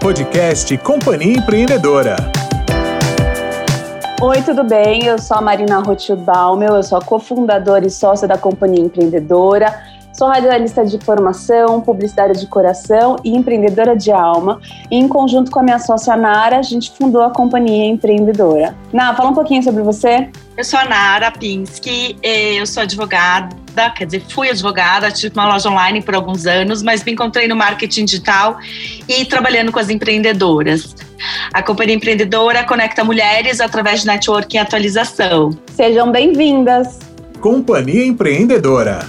podcast Companhia Empreendedora. Oi, tudo bem? Eu sou a Marina Rothschild Baumel, eu sou a cofundadora e sócia da Companhia Empreendedora. Sou radialista de formação, publicitária de coração e empreendedora de alma. E em conjunto com a minha sócia Nara, a gente fundou a Companhia Empreendedora. Nara, fala um pouquinho sobre você. Eu sou a Nara Pinsky, eu sou advogada, fui advogada, tive uma loja online por alguns anos, mas me encontrei no marketing digital e trabalhando com as empreendedoras. A Companhia Empreendedora conecta mulheres através de networking e atualização. Sejam bem-vindas! Companhia Empreendedora.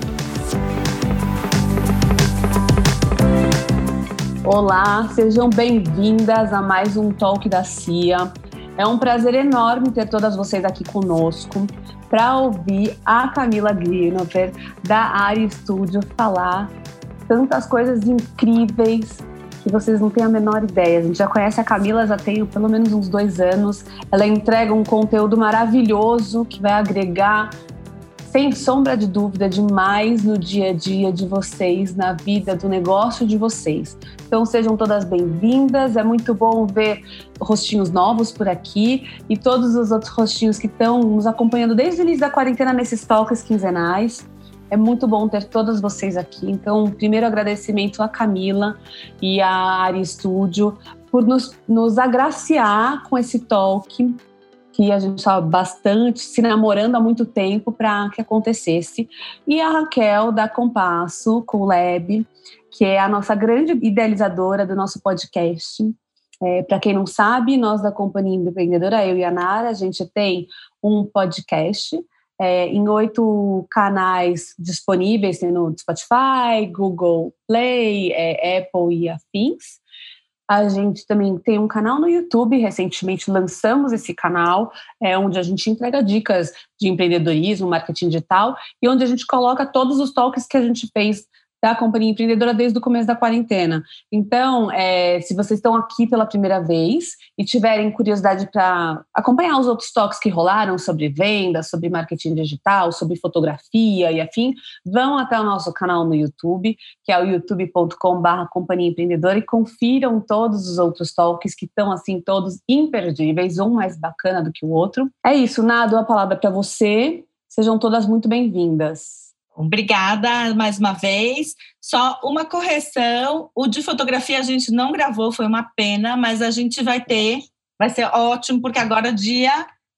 Olá, sejam bem-vindas a mais um Talk da CIA. É um prazer enorme ter todas vocês aqui conosco para ouvir a Camila Grinover, da Ari Studio, falar tantas coisas incríveis que vocês não têm a menor ideia. A gente já conhece a Camila, já tem pelo menos uns 2 anos. Ela entrega um conteúdo maravilhoso que vai agregar, sem sombra de dúvida, demais no dia a dia de vocês, na vida do negócio de vocês. Então sejam todas bem-vindas, é muito bom ver rostinhos novos por aqui e todos os outros rostinhos que estão nos acompanhando desde o início da quarentena nesses talks quinzenais. É muito bom ter todas vocês aqui. Então, primeiro agradecimento à Camila e à Ari Studio por nos agraciar com esse talk, que a gente estava bastante se namorando há muito tempo para que acontecesse. E a Raquel, da Compasso Collab, que é a nossa grande idealizadora do nosso podcast. Para quem não sabe, nós da Companhia Empreendedora, eu e a Nara, a gente tem um podcast em 8 canais disponíveis, no Spotify, Google Play, Apple e afins. A gente também tem um canal no YouTube, recentemente lançamos esse canal, onde a gente entrega dicas de empreendedorismo, marketing digital, e onde a gente coloca todos os talks que a gente fez da Companhia Empreendedora desde o começo da quarentena. Então, se vocês estão aqui pela primeira vez e tiverem curiosidade para acompanhar os outros talks que rolaram sobre vendas, sobre marketing digital, sobre fotografia e afim, vão até o nosso canal no YouTube, que é o youtube.com/Companhia Empreendedora, e confiram todos os outros talks que estão, assim, todos imperdíveis, um mais bacana do que o outro. É isso, Nada, a palavra para você. Sejam todas muito bem-vindas. Obrigada mais uma vez. Só uma correção, o de fotografia a gente não gravou, foi uma pena, mas a gente vai ser ótimo, porque agora dia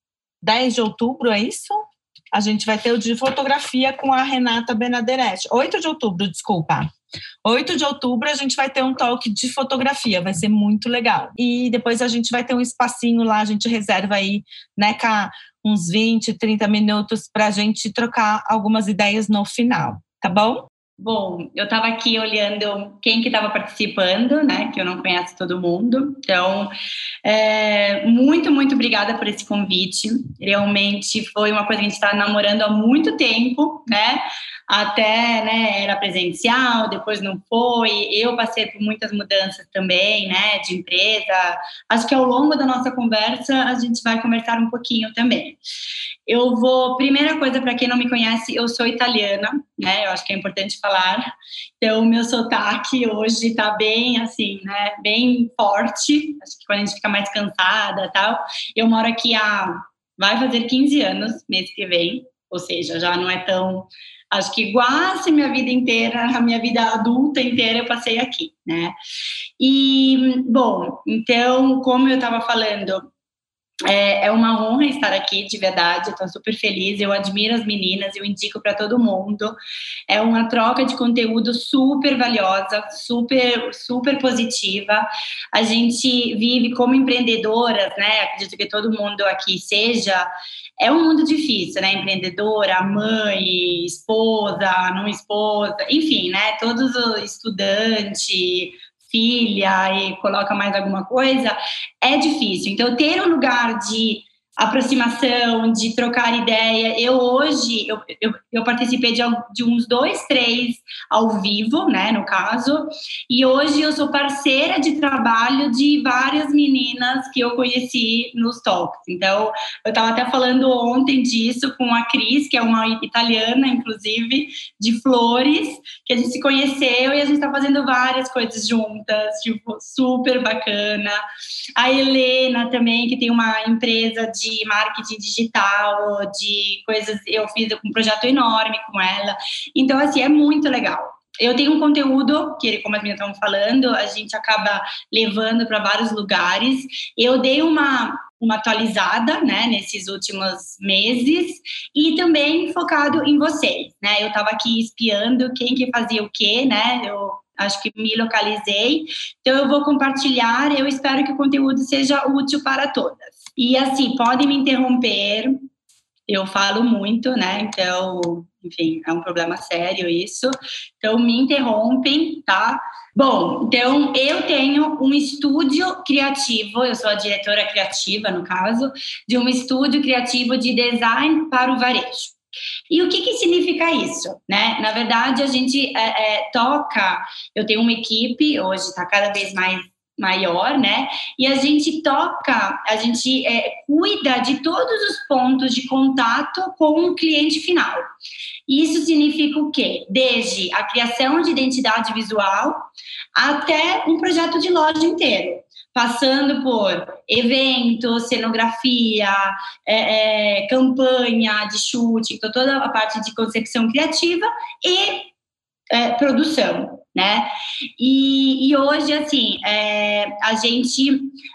10 de outubro, é isso? A gente vai ter o de fotografia com a Renata Benaderetti. 8 de outubro, desculpa. 8 de outubro a gente vai ter um talk de fotografia, vai ser muito legal. E depois a gente vai ter um espacinho lá, a gente reserva aí, né, uns 20, 30 minutos para a gente trocar algumas ideias no final, tá bom? Bom, eu estava aqui olhando quem que estava participando, né, que eu não conheço todo mundo. Então, muito, muito obrigada por esse convite. Realmente foi uma coisa que a gente está namorando há muito tempo, né? Até, né, era presencial, depois não foi. Eu passei por muitas mudanças também, né, de empresa. Acho que ao longo da nossa conversa a gente vai conversar um pouquinho também. Primeira coisa, para quem não me conhece, eu sou italiana, né, eu acho que é importante falar. Então, o meu sotaque hoje está bem, assim, né, bem forte. Acho que quando a gente fica mais cansada e tal. Eu moro aqui vai fazer 15 anos, mês que vem, ou seja, já não é tão... Acho que quase a minha vida inteira, a minha vida adulta inteira eu passei aqui, né? E, bom, então, como eu estava falando, é uma honra estar aqui, de verdade, estou super feliz, eu admiro as meninas, eu indico para todo mundo, é uma troca de conteúdo super valiosa, super, super positiva. A gente vive como empreendedoras, né, acredito que todo mundo aqui seja, é um mundo difícil, né, empreendedora, mãe, esposa, não esposa, enfim, né, todos os estudantes, filha e coloca mais alguma coisa, é difícil. Então, ter um lugar de aproximação, de trocar ideia. Hoje, eu participei de uns 2, 3 ao vivo, né, no caso, e hoje eu sou parceira de trabalho de várias meninas que eu conheci nos talks. Então, eu estava até falando ontem disso com a Cris, que é uma italiana, inclusive, de Flores, que a gente se conheceu e a gente está fazendo várias coisas juntas, tipo, super bacana. A Helena também, que tem uma empresa de marketing digital, de coisas, eu fiz um projeto enorme com ela. Então, assim, é muito legal. Eu tenho um conteúdo, que como as meninas estavam falando, a gente acaba levando para vários lugares. Eu dei uma atualizada, né, nesses últimos meses, e também focado em vocês, né? Eu estava aqui espiando quem que fazia o quê, né? Eu acho que me localizei. Então, eu vou compartilhar. Eu espero que o conteúdo seja útil para todas. E, assim, podem me interromper. Eu falo muito, né? Então, enfim, é um problema sério isso. Então, me interrompem, tá? Bom, então, eu tenho um estúdio criativo. Eu sou a diretora criativa, no caso, de um estúdio criativo de design para o varejo. E o que significa isso, né? Na verdade, a gente toca, eu tenho uma equipe, hoje está cada vez maior, né? E a gente cuida de todos os pontos de contato com o cliente final. Isso significa o quê? Desde a criação de identidade visual até um projeto de loja inteiro, passando por eventos, cenografia, campanha de shooting, então toda a parte de concepção criativa e produção, né? E hoje, assim, a gente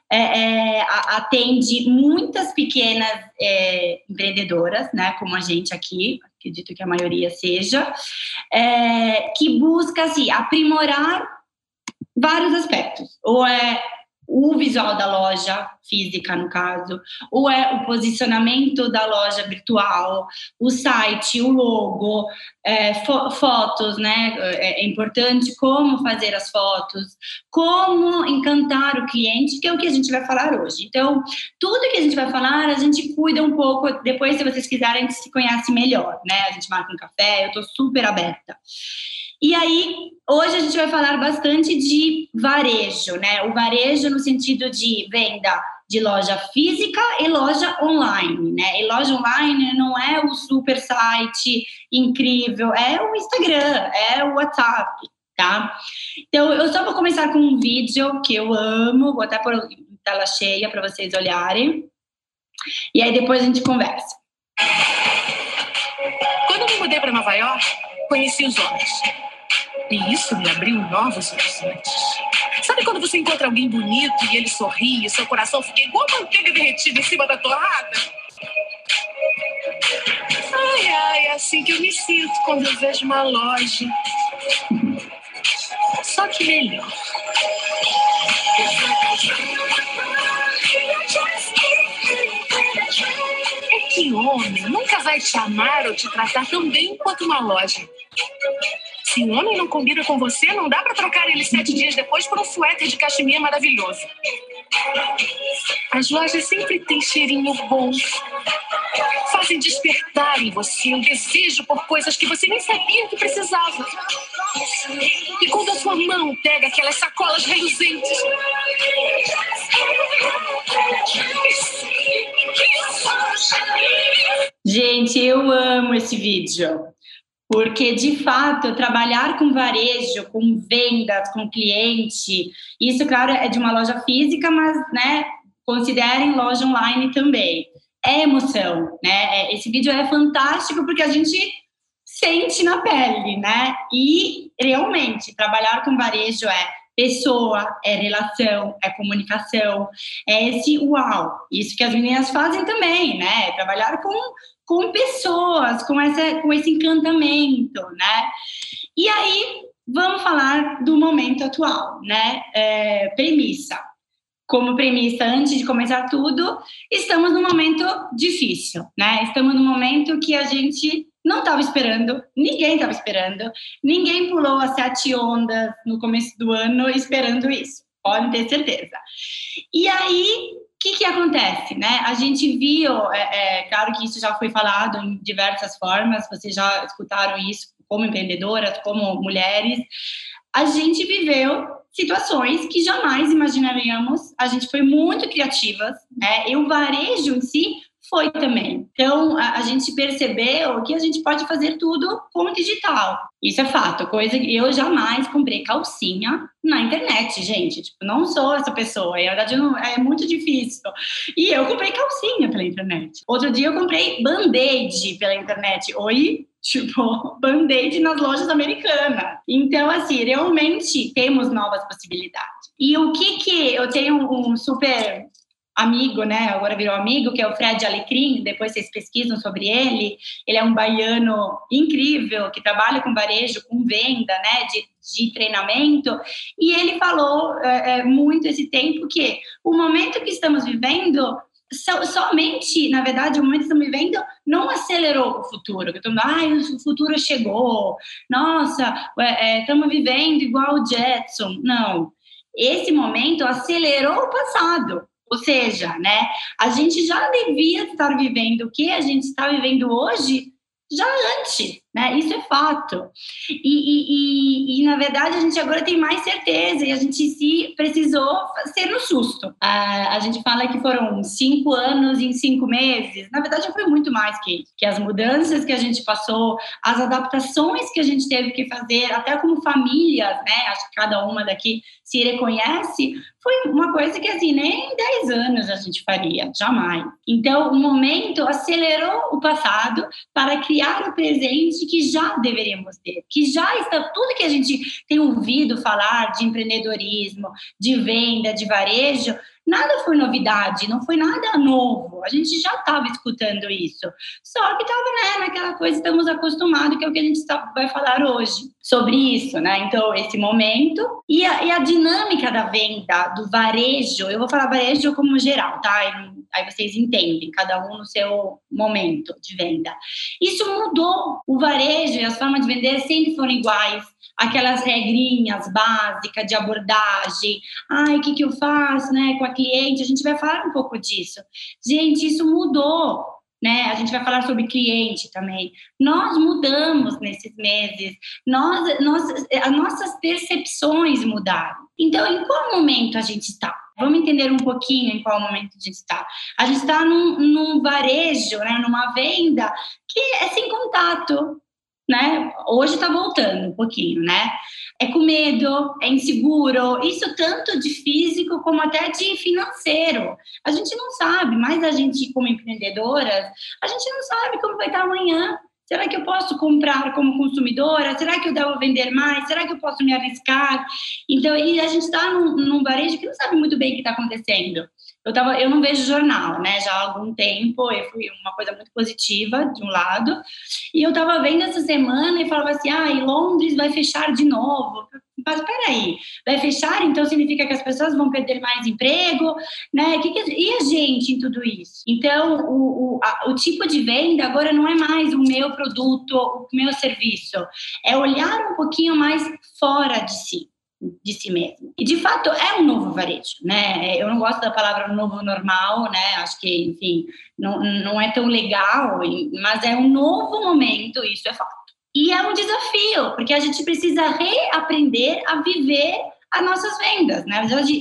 atende muitas pequenas empreendedoras, né? Como a gente aqui, acredito que a maioria seja, que busca, assim, aprimorar vários aspectos. Ou o visual da loja física, no caso, ou o posicionamento da loja virtual, o site, o logo, fotos, né? É importante como fazer as fotos, como encantar o cliente, que é o que a gente vai falar hoje. Então, tudo que a gente vai falar, a gente cuida um pouco, depois, se vocês quiserem, a gente se conhece melhor, né? A gente marca um café, eu estou super aberta. E aí, hoje a gente vai falar bastante de varejo, né? O varejo no sentido de venda de loja física e loja online, né? E loja online não é o super site incrível, é o Instagram, é o WhatsApp, tá? Então, eu só vou começar com um vídeo que eu amo, vou até pôr em tela cheia para vocês olharem. E aí depois a gente conversa. Quando eu me mudei para Nova York, conheci os homens. E isso me abriu novos horizontes. Sabe quando você encontra alguém bonito e ele sorri e seu coração fica igual manteiga derretida em cima da torrada? Ai, ai, é assim que eu me sinto quando eu vejo uma loja. Só que melhor. É que homem nunca vai te amar ou te tratar tão bem quanto uma loja. Se um homem não combina com você, não dá pra trocar ele 7 dias depois por um suéter de cachemir maravilhoso. As lojas sempre têm cheirinho bom. Fazem despertar em você um desejo por coisas que você nem sabia que precisava. E quando a sua mão pega aquelas sacolas reluzentes... Gente, eu amo esse vídeo. Porque, de fato, trabalhar com varejo, com vendas, com cliente, isso, claro, é de uma loja física, mas, né, considerem loja online também. É emoção, né? Esse vídeo é fantástico porque a gente sente na pele, né? E, realmente, trabalhar com varejo é pessoa, é relação, é comunicação, é esse uau. Isso que as meninas fazem também, né? Trabalhar com pessoas, com esse encantamento, né? E aí, vamos falar do momento atual, né? Premissa. Como premissa, antes de começar tudo, estamos num momento difícil, né? Estamos num momento que a gente não estava esperando, ninguém estava esperando, ninguém pulou as 7 ondas no começo do ano esperando isso, podem ter certeza. E aí, o que acontece, né? A gente viu, claro que isso já foi falado em diversas formas, vocês já escutaram isso como empreendedoras, como mulheres. A gente viveu situações que jamais imaginaríamos, a gente foi muito criativas, né? E o varejo em si foi também. Então, a gente percebeu que a gente pode fazer tudo com o digital. Isso é fato, coisa que eu jamais comprei calcinha na internet, gente. Tipo, não sou essa pessoa, na verdade é muito difícil. E eu comprei calcinha pela internet. Outro dia eu comprei Band-Aid pela internet. Oi? Tipo, Band-Aid nas lojas americanas. Então, assim, realmente temos novas possibilidades. E o que eu tenho um super amigo, né, agora virou amigo, que é o Fred Alecrim, depois vocês pesquisam sobre ele. Ele é um baiano incrível, que trabalha com varejo, com venda, né, de treinamento, e ele falou muito esse tempo que o momento que estamos vivendo, somente, na verdade, o momento que estamos vivendo não acelerou o futuro, que o futuro chegou, nossa, estamos vivendo igual o Jetson. Não, esse momento acelerou o passado. Ou seja, né, a gente já devia estar vivendo o que a gente está vivendo hoje já antes, né? Isso é fato. E na verdade, a gente agora tem mais certeza e a gente precisou ser no susto. A gente fala que foram 5 anos em 5 meses. Na verdade, foi muito mais que isso. Que as mudanças que a gente passou, as adaptações que a gente teve que fazer, até como família, né? Acho que cada uma daqui se reconhece, foi uma coisa que, assim, nem em 10 anos a gente faria, jamais. Então, o momento acelerou o passado para criar o presente que já deveríamos ter, que já está, tudo que a gente tem ouvido falar de empreendedorismo, de venda, de varejo, nada foi novidade, não foi nada novo, a gente já estava escutando isso, só que estava, né, naquela coisa, estamos acostumados, que é o que a gente vai falar hoje, sobre isso, né, então esse momento, e a dinâmica da venda, do varejo, eu vou falar varejo como geral, tá, aí vocês entendem, cada um no seu momento de venda, isso mudou, o varejo e as formas de vender sempre foram iguais, aquelas regrinhas básicas de abordagem, o que eu faço, né, com a cliente, a gente vai falar um pouco disso. Gente, isso mudou, né, a gente vai falar sobre cliente também. Nós mudamos nesses meses, as nossas percepções mudaram. Então, em qual momento a gente está? Vamos entender um pouquinho em qual momento a gente está. A gente está num varejo, né, numa venda que é sem contato, né? Hoje está voltando um pouquinho, né? É com medo, é inseguro, isso tanto de físico como até de financeiro. A gente não sabe, mas a gente, como empreendedoras, a gente não sabe como vai estar amanhã. Será que eu posso comprar como consumidora? Será que eu devo vender mais? Será que eu posso me arriscar? Então, e a gente está num varejo que não sabe muito bem o que está acontecendo. Eu não vejo jornal, né, já há algum tempo, e foi uma coisa muito positiva, de um lado, e eu estava vendo essa semana e falava assim, Londres vai fechar de novo. Mas peraí, vai fechar, então significa que as pessoas vão perder mais emprego, né? E a gente em tudo isso? Então, o tipo de venda agora não é mais o meu produto, o meu serviço, é olhar um pouquinho mais fora de si mesmo. E, de fato, é um novo varejo, né? Eu não gosto da palavra novo normal, né? Acho que, enfim, não é tão legal, mas é um novo momento, isso é fato. E é um desafio, porque a gente precisa reaprender a viver as nossas vendas, né?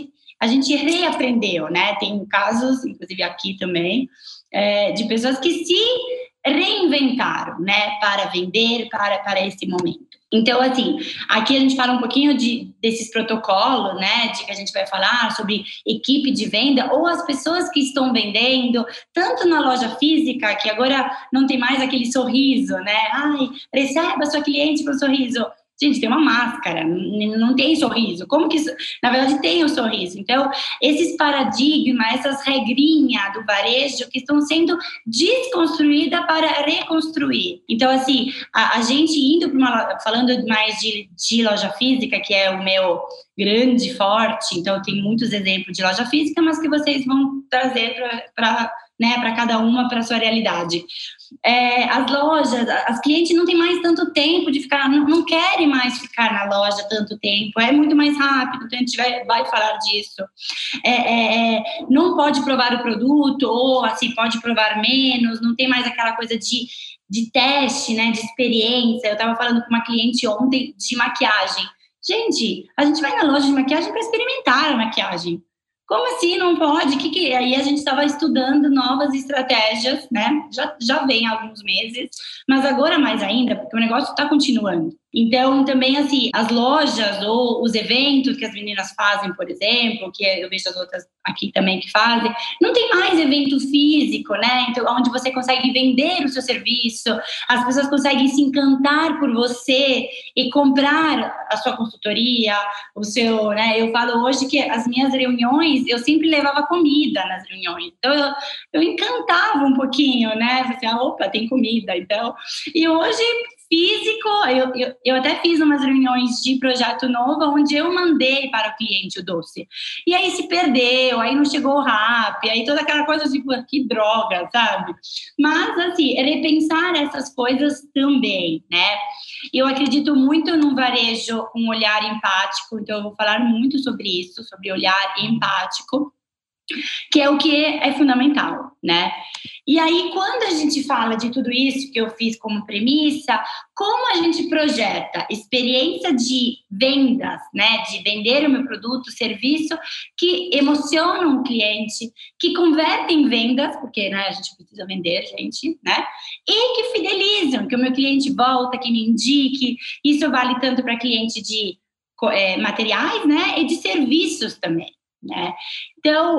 A gente reaprendeu, né? Tem casos, inclusive aqui também, de pessoas que se reinventaram, né? Para vender, para esse momento. Então, assim, aqui a gente fala um pouquinho desses protocolos, né, de que a gente vai falar sobre equipe de venda ou as pessoas que estão vendendo, tanto na loja física, que agora não tem mais aquele sorriso, né, receba a sua cliente com um sorriso. Gente, tem uma máscara, não tem sorriso. Como que isso? Na verdade, tem o sorriso. Então, esses paradigmas, essas regrinhas do varejo que estão sendo desconstruídas para reconstruir. Então, assim, a gente indo para falando mais de loja física, que é o meu grande forte, então tem muitos exemplos de loja física, mas que vocês vão trazer para né, para cada uma, para a sua realidade. As lojas, as clientes não têm mais tanto tempo de ficar, não querem mais ficar na loja tanto tempo, é muito mais rápido, então a gente vai falar disso. Não pode provar o produto, ou assim, pode provar menos, não tem mais aquela coisa de teste, né, de experiência. Eu estava falando com uma cliente ontem de maquiagem. Gente, a gente vai na loja de maquiagem para experimentar a maquiagem. Como assim não pode? Aí a gente estava estudando novas estratégias, né? Já vem há alguns meses, mas agora mais ainda, porque o negócio está continuando. Então, também, assim, as lojas ou os eventos que as meninas fazem, por exemplo, que eu vejo as outras aqui também que fazem, não tem mais evento físico, né? Então, onde você consegue vender o seu serviço, as pessoas conseguem se encantar por você e comprar a sua consultoria, o seu, né? Eu falo hoje que as minhas reuniões, eu sempre levava comida nas reuniões. Então, eu encantava um pouquinho, né? Assim, opa, tem comida, então. E hoje, físico, eu até fiz umas reuniões de projeto novo onde eu mandei para o cliente o doce. E aí se perdeu, aí não chegou rápido, aí toda aquela coisa tipo, que droga, sabe? Mas, assim, repensar essas coisas também, né? Eu acredito muito no varejo, um olhar empático, então eu vou falar muito sobre isso, sobre olhar empático, que é o que é fundamental, né? E aí, quando a gente fala de tudo isso que eu fiz como premissa, como a gente projeta experiência de vendas, né? De vender o meu produto, serviço, que emocionam o cliente, que convertem em vendas, porque, né, a gente precisa vender, gente, né? E que fidelizam, que o meu cliente volta, que me indique. Isso vale tanto para cliente de materiais, né? E de serviços também. Né? Então,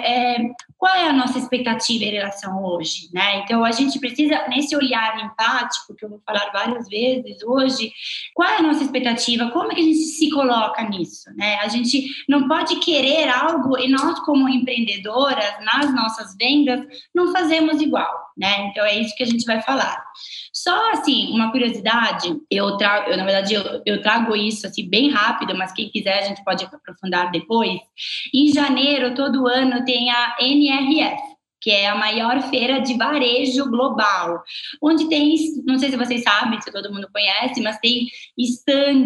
qual é a nossa expectativa em relação hoje? Né? Então, a gente precisa, nesse olhar empático, que eu vou falar várias vezes hoje, qual é a nossa expectativa? Como é que a gente se coloca nisso? Né? A gente não pode querer algo e nós, como empreendedoras, nas nossas vendas, não fazemos igual. Né? Então, é isso que a gente vai falar. Só, assim, uma curiosidade, na verdade, eu trago isso, assim, bem rápido, mas quem quiser a gente pode aprofundar depois. Em janeiro, todo ano, tem a NRF, que é a maior feira de varejo global, onde tem, não sei se vocês sabem, se todo mundo conhece, mas tem stand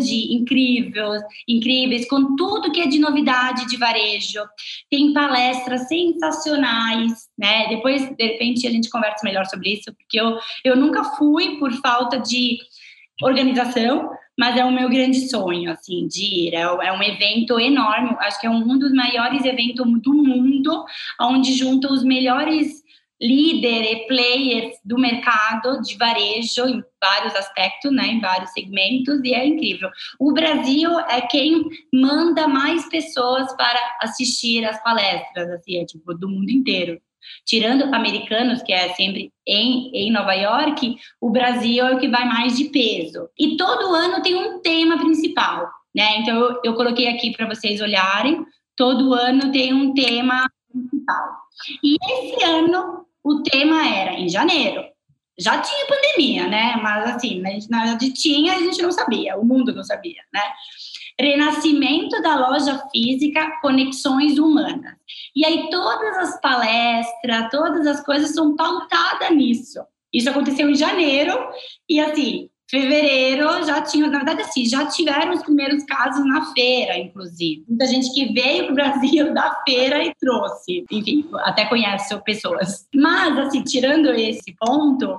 incríveis, com tudo que é de novidade de varejo, tem palestras sensacionais, né? Depois, de repente, a gente conversa melhor sobre isso, porque eu nunca fui por falta de organização, mas é o meu grande sonho, assim, de ir. É um evento enorme, acho que é um dos maiores eventos do mundo, onde juntam os melhores líderes e players do mercado de varejo, em vários aspectos, né, em vários segmentos, e é incrível. O Brasil é quem manda mais pessoas para assistir as palestras, assim, é tipo, do mundo inteiro. Tirando americanos, que é sempre em Nova York, o Brasil é o que vai mais de peso. E todo ano tem um tema principal, né? Então, eu coloquei aqui para vocês olharem. Todo ano tem um tema principal. E esse ano, o tema era em janeiro. Já tinha pandemia, né? Mas, assim, na verdade tinha, a gente não sabia. O mundo não sabia, né? Renascimento da loja física, conexões humanas. E aí todas as palestras, todas as coisas são pautadas nisso. Isso aconteceu em janeiro e, assim, fevereiro já tinha, na verdade, assim, já tiveram os primeiros casos na feira, inclusive. Muita gente que veio para o Brasil da feira e trouxe. Enfim, até conhece pessoas. Mas, assim, tirando esse ponto,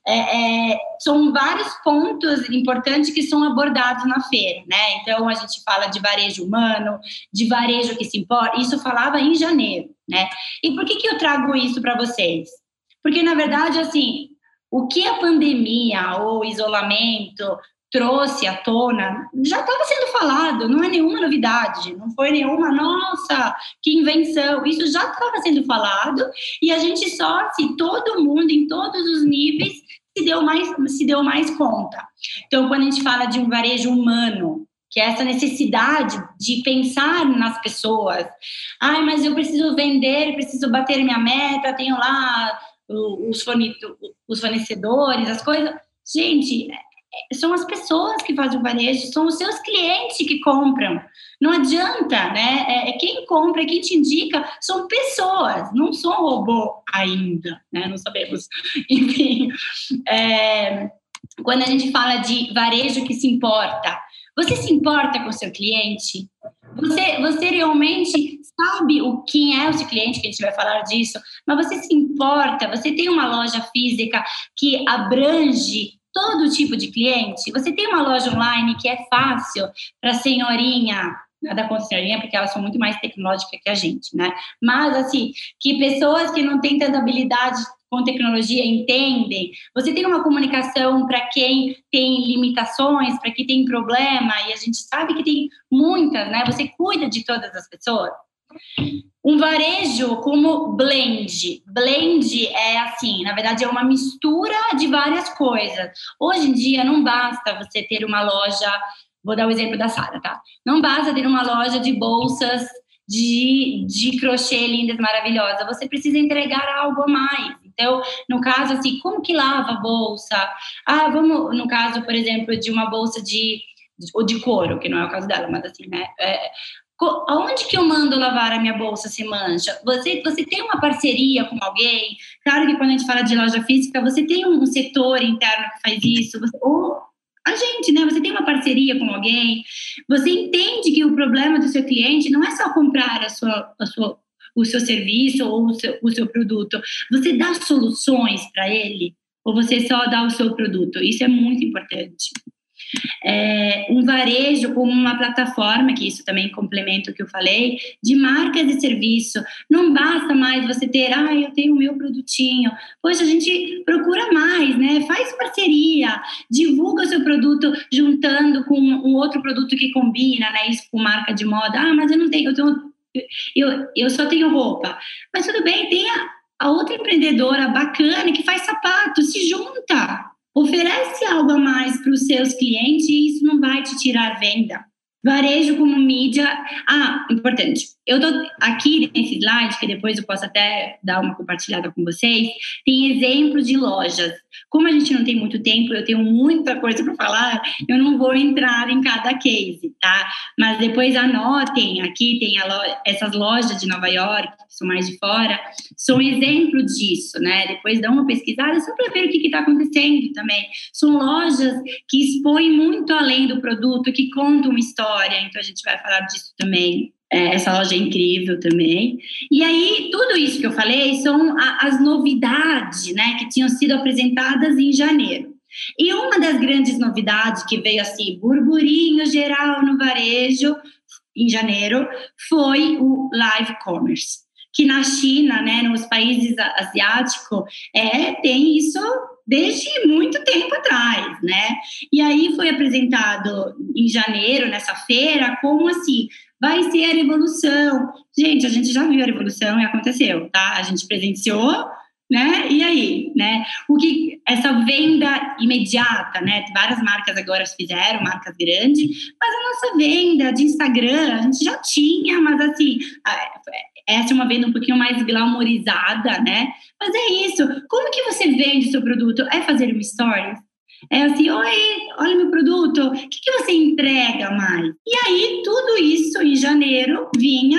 são vários pontos importantes que são abordados na feira, né? Então, a gente fala de varejo humano, de varejo que se importa. Isso falava em janeiro, né? E por que eu trago isso para vocês? Porque, na verdade, assim, o que a pandemia ou o isolamento trouxe à tona já estava sendo falado, não é nenhuma novidade, não foi nenhuma, nossa, que invenção, isso já estava sendo falado e a gente só, se todo mundo, em todos os níveis, se deu mais conta. Então, quando a gente fala de um varejo humano, que é essa necessidade de pensar nas pessoas, mas eu preciso vender, preciso bater minha meta, tenho lá os fornecedores, as coisas. Gente, são as pessoas que fazem o varejo, são os seus clientes que compram. Não adianta, né? Quem compra, quem te indica, são pessoas, não são robô ainda, né? Não sabemos. Enfim, quando a gente fala de varejo que se importa, você se importa com o seu cliente? Você realmente sabe quem é o seu cliente, que a gente vai falar disso, mas você se importa? Você tem uma loja física que abrange todo tipo de cliente? Você tem uma loja online que é fácil para a senhorinha, nada contra a senhorinha, porque elas são muito mais tecnológicas que a gente, né? Mas, assim, que pessoas que não têm tanta habilidade com tecnologia entendem. Você tem uma comunicação para quem tem limitações, para quem tem problema, e a gente sabe que tem muitas, né? Você cuida de todas as pessoas. Um varejo como blend. Blend é assim, na verdade é uma mistura de várias coisas. Hoje em dia não basta você ter uma loja, vou dar o exemplo da Sara, tá? Não basta ter uma loja de bolsas de crochê lindas, maravilhosas. Você precisa entregar algo a mais. Então, no caso, assim, como que lava a bolsa? Vamos, no caso, por exemplo, de uma bolsa de couro, que não é o caso dela, mas assim, né? Aonde que eu mando lavar a minha bolsa se mancha? Você tem uma parceria com alguém? Claro que quando a gente fala de loja física, você tem um setor interno que faz isso, ou a gente, né? Você tem uma parceria com alguém, você entende que o problema do seu cliente não é só comprar o seu serviço ou o seu produto, você dá soluções para ele, ou você só dá o seu produto? Isso é muito importante. Um varejo como uma plataforma, que isso também complementa o que eu falei, de marcas de serviço. Não basta mais você ter, eu tenho o meu produtinho. Poxa, a gente procura mais, né? Faz parceria, divulga o seu produto juntando com um outro produto que combina, né? Isso com marca de moda. Mas eu não tenho, eu só tenho roupa. Mas tudo bem, tem a outra empreendedora bacana que faz sapato, se junta. Oferece algo a mais para os seus clientes e isso não vai te tirar venda. Varejo como mídia. Importante. Eu estou aqui nesse slide, que depois eu posso até dar uma compartilhada com vocês, tem exemplos de lojas. Como a gente não tem muito tempo, eu tenho muita coisa para falar, eu não vou entrar em cada case, tá? Mas depois anotem, aqui tem essas lojas de Nova York, que são mais de fora, são exemplo disso, né? Depois dá uma pesquisada só para ver o que está acontecendo também. São lojas que expõem muito além do produto, que contam uma história, então a gente vai falar disso também. Essa loja é incrível também. E aí, tudo isso que eu falei são as novidades, né, que tinham sido apresentadas em janeiro. E uma das grandes novidades que veio assim, burburinho geral no varejo, em janeiro, foi o live commerce, que na China, né, nos países asiáticos, tem isso desde muito tempo atrás, né? E aí foi apresentado em janeiro, nessa feira, como assim, vai ser a revolução. Gente, a gente já viu a revolução e aconteceu, tá? A gente presenciou, né? E aí, né? Essa venda imediata, né? Várias marcas agora fizeram, marcas grandes, mas a nossa venda de Instagram, a gente já tinha, mas assim, essa é uma venda um pouquinho mais glamourizada, né? Mas é isso. Como que você vende o seu produto? É fazer uma story? É assim, oi, olha meu produto, o que você entrega mais? E aí, tudo isso em janeiro vinha,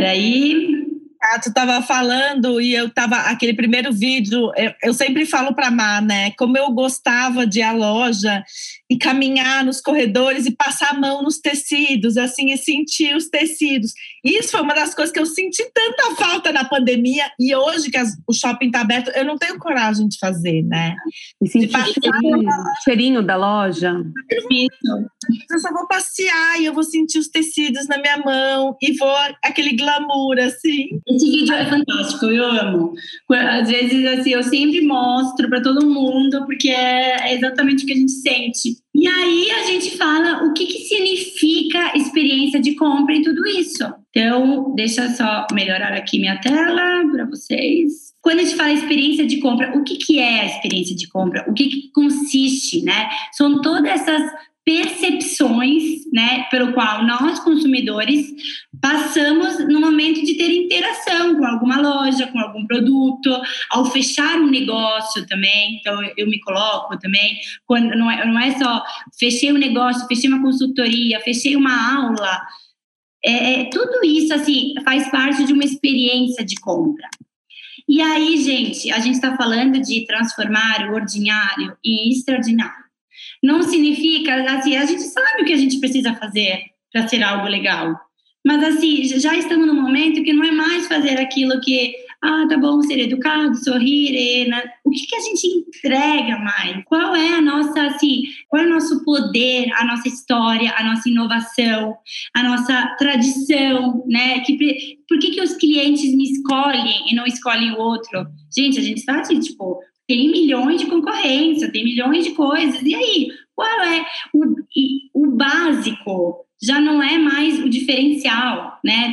Tu estava falando e eu estava, aquele primeiro vídeo, eu sempre falo para a Má, né, como eu gostava de ir à loja e caminhar nos corredores e passar a mão nos tecidos, assim, e sentir os tecidos. Isso foi uma das coisas que eu senti tanta falta na pandemia, e hoje que o shopping está aberto, eu não tenho coragem de fazer, né? E sentir o cheirinho da loja. Eu só vou passear e eu vou sentir os tecidos na minha mão e vou aquele glamour, assim. Esse vídeo é fantástico, eu amo. Às vezes, assim, eu sempre mostro para todo mundo, porque é exatamente o que a gente sente. E aí a gente fala o que significa experiência de compra em tudo isso. Então, deixa eu só melhorar aqui minha tela para vocês. Quando a gente fala experiência de compra, o que é a experiência de compra? O que consiste, né? São todas essas percepções, né, pelo qual nós, consumidores, passamos no momento de ter interação com alguma loja, com algum produto, ao fechar um negócio também. Então, eu me coloco também, quando não é só fechei um negócio, fechei uma consultoria, fechei uma aula, Tudo isso, assim, faz parte de uma experiência de compra. E aí, gente, a gente está falando de transformar o ordinário em extraordinário. Não significa, assim, a gente sabe o que a gente precisa fazer para ser algo legal. Mas, assim, já estamos num momento que não é mais fazer aquilo que, tá bom, ser educado, sorrir, o que a gente entrega mais? Qual é a nossa, assim, qual é o nosso poder, a nossa história, a nossa inovação, a nossa tradição, né? Por que os clientes me escolhem e não escolhem o outro? Gente, a gente está assim, tipo, tem milhões de concorrência, tem milhões de coisas, e aí? Qual é o básico? Já não é mais o diferencial, né?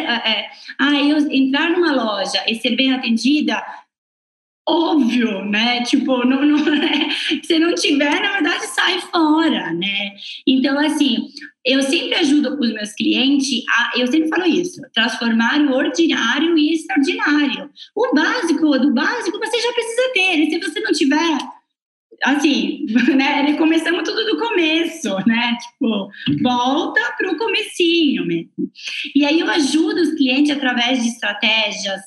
Eu entrar numa loja e ser bem atendida, óbvio, né? Tipo, se não tiver, na verdade, sai fora, né? Então, assim, eu sempre ajudo os meus clientes eu sempre falo isso, transformar o ordinário em extraordinário. O básico do básico você já precisa ter, e se você não tiver, assim, né, começamos tudo do começo, né, tipo, volta para o comecinho mesmo. E aí eu ajudo os clientes através de estratégias,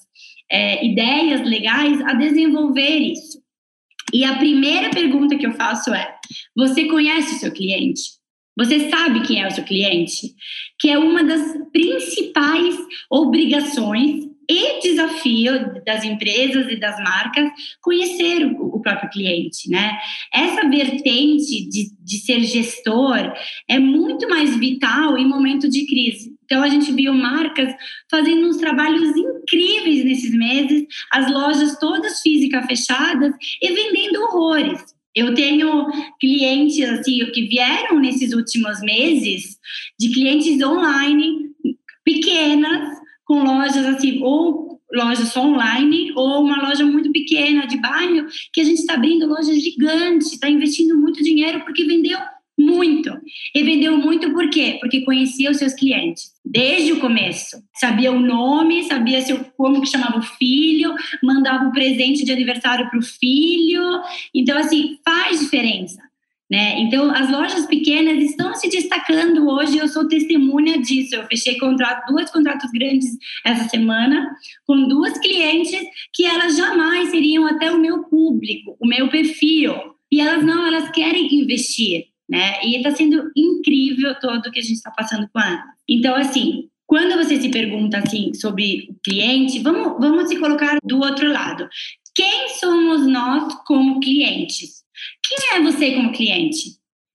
ideias legais a desenvolver isso. E a primeira pergunta que eu faço é: você conhece o seu cliente? Você sabe quem é o seu cliente? Que é uma das principais obrigações e desafio das empresas e das marcas conhecer o próprio cliente, né? Essa vertente de ser gestor é muito mais vital em momento de crise. Então, a gente viu marcas fazendo uns trabalhos incríveis nesses meses, as lojas todas físicas fechadas e vendendo horrores. Eu tenho clientes assim, que vieram nesses últimos meses, de clientes online, pequenas, com lojas assim, ou lojas só online, ou uma loja muito pequena de bairro, que a gente está abrindo lojas gigantes, está investindo muito dinheiro porque vendeu muito. E vendeu muito por quê? Porque conhecia os seus clientes desde o começo. Sabia o nome, sabia como que chamava o filho, mandava um presente de aniversário para o filho. Então, assim, faz diferença, né? Então, as lojas pequenas estão se destacando hoje. Eu sou testemunha disso. Eu fechei 2 contratos grandes essa semana com 2 clientes que elas jamais seriam até o meu público, o meu perfil. E elas querem investir, né? E está sendo incrível todo o que a gente está passando com ela. Então, assim, quando você se pergunta assim sobre o cliente, vamos se colocar do outro lado. Quem somos nós como clientes? Quem é você como cliente?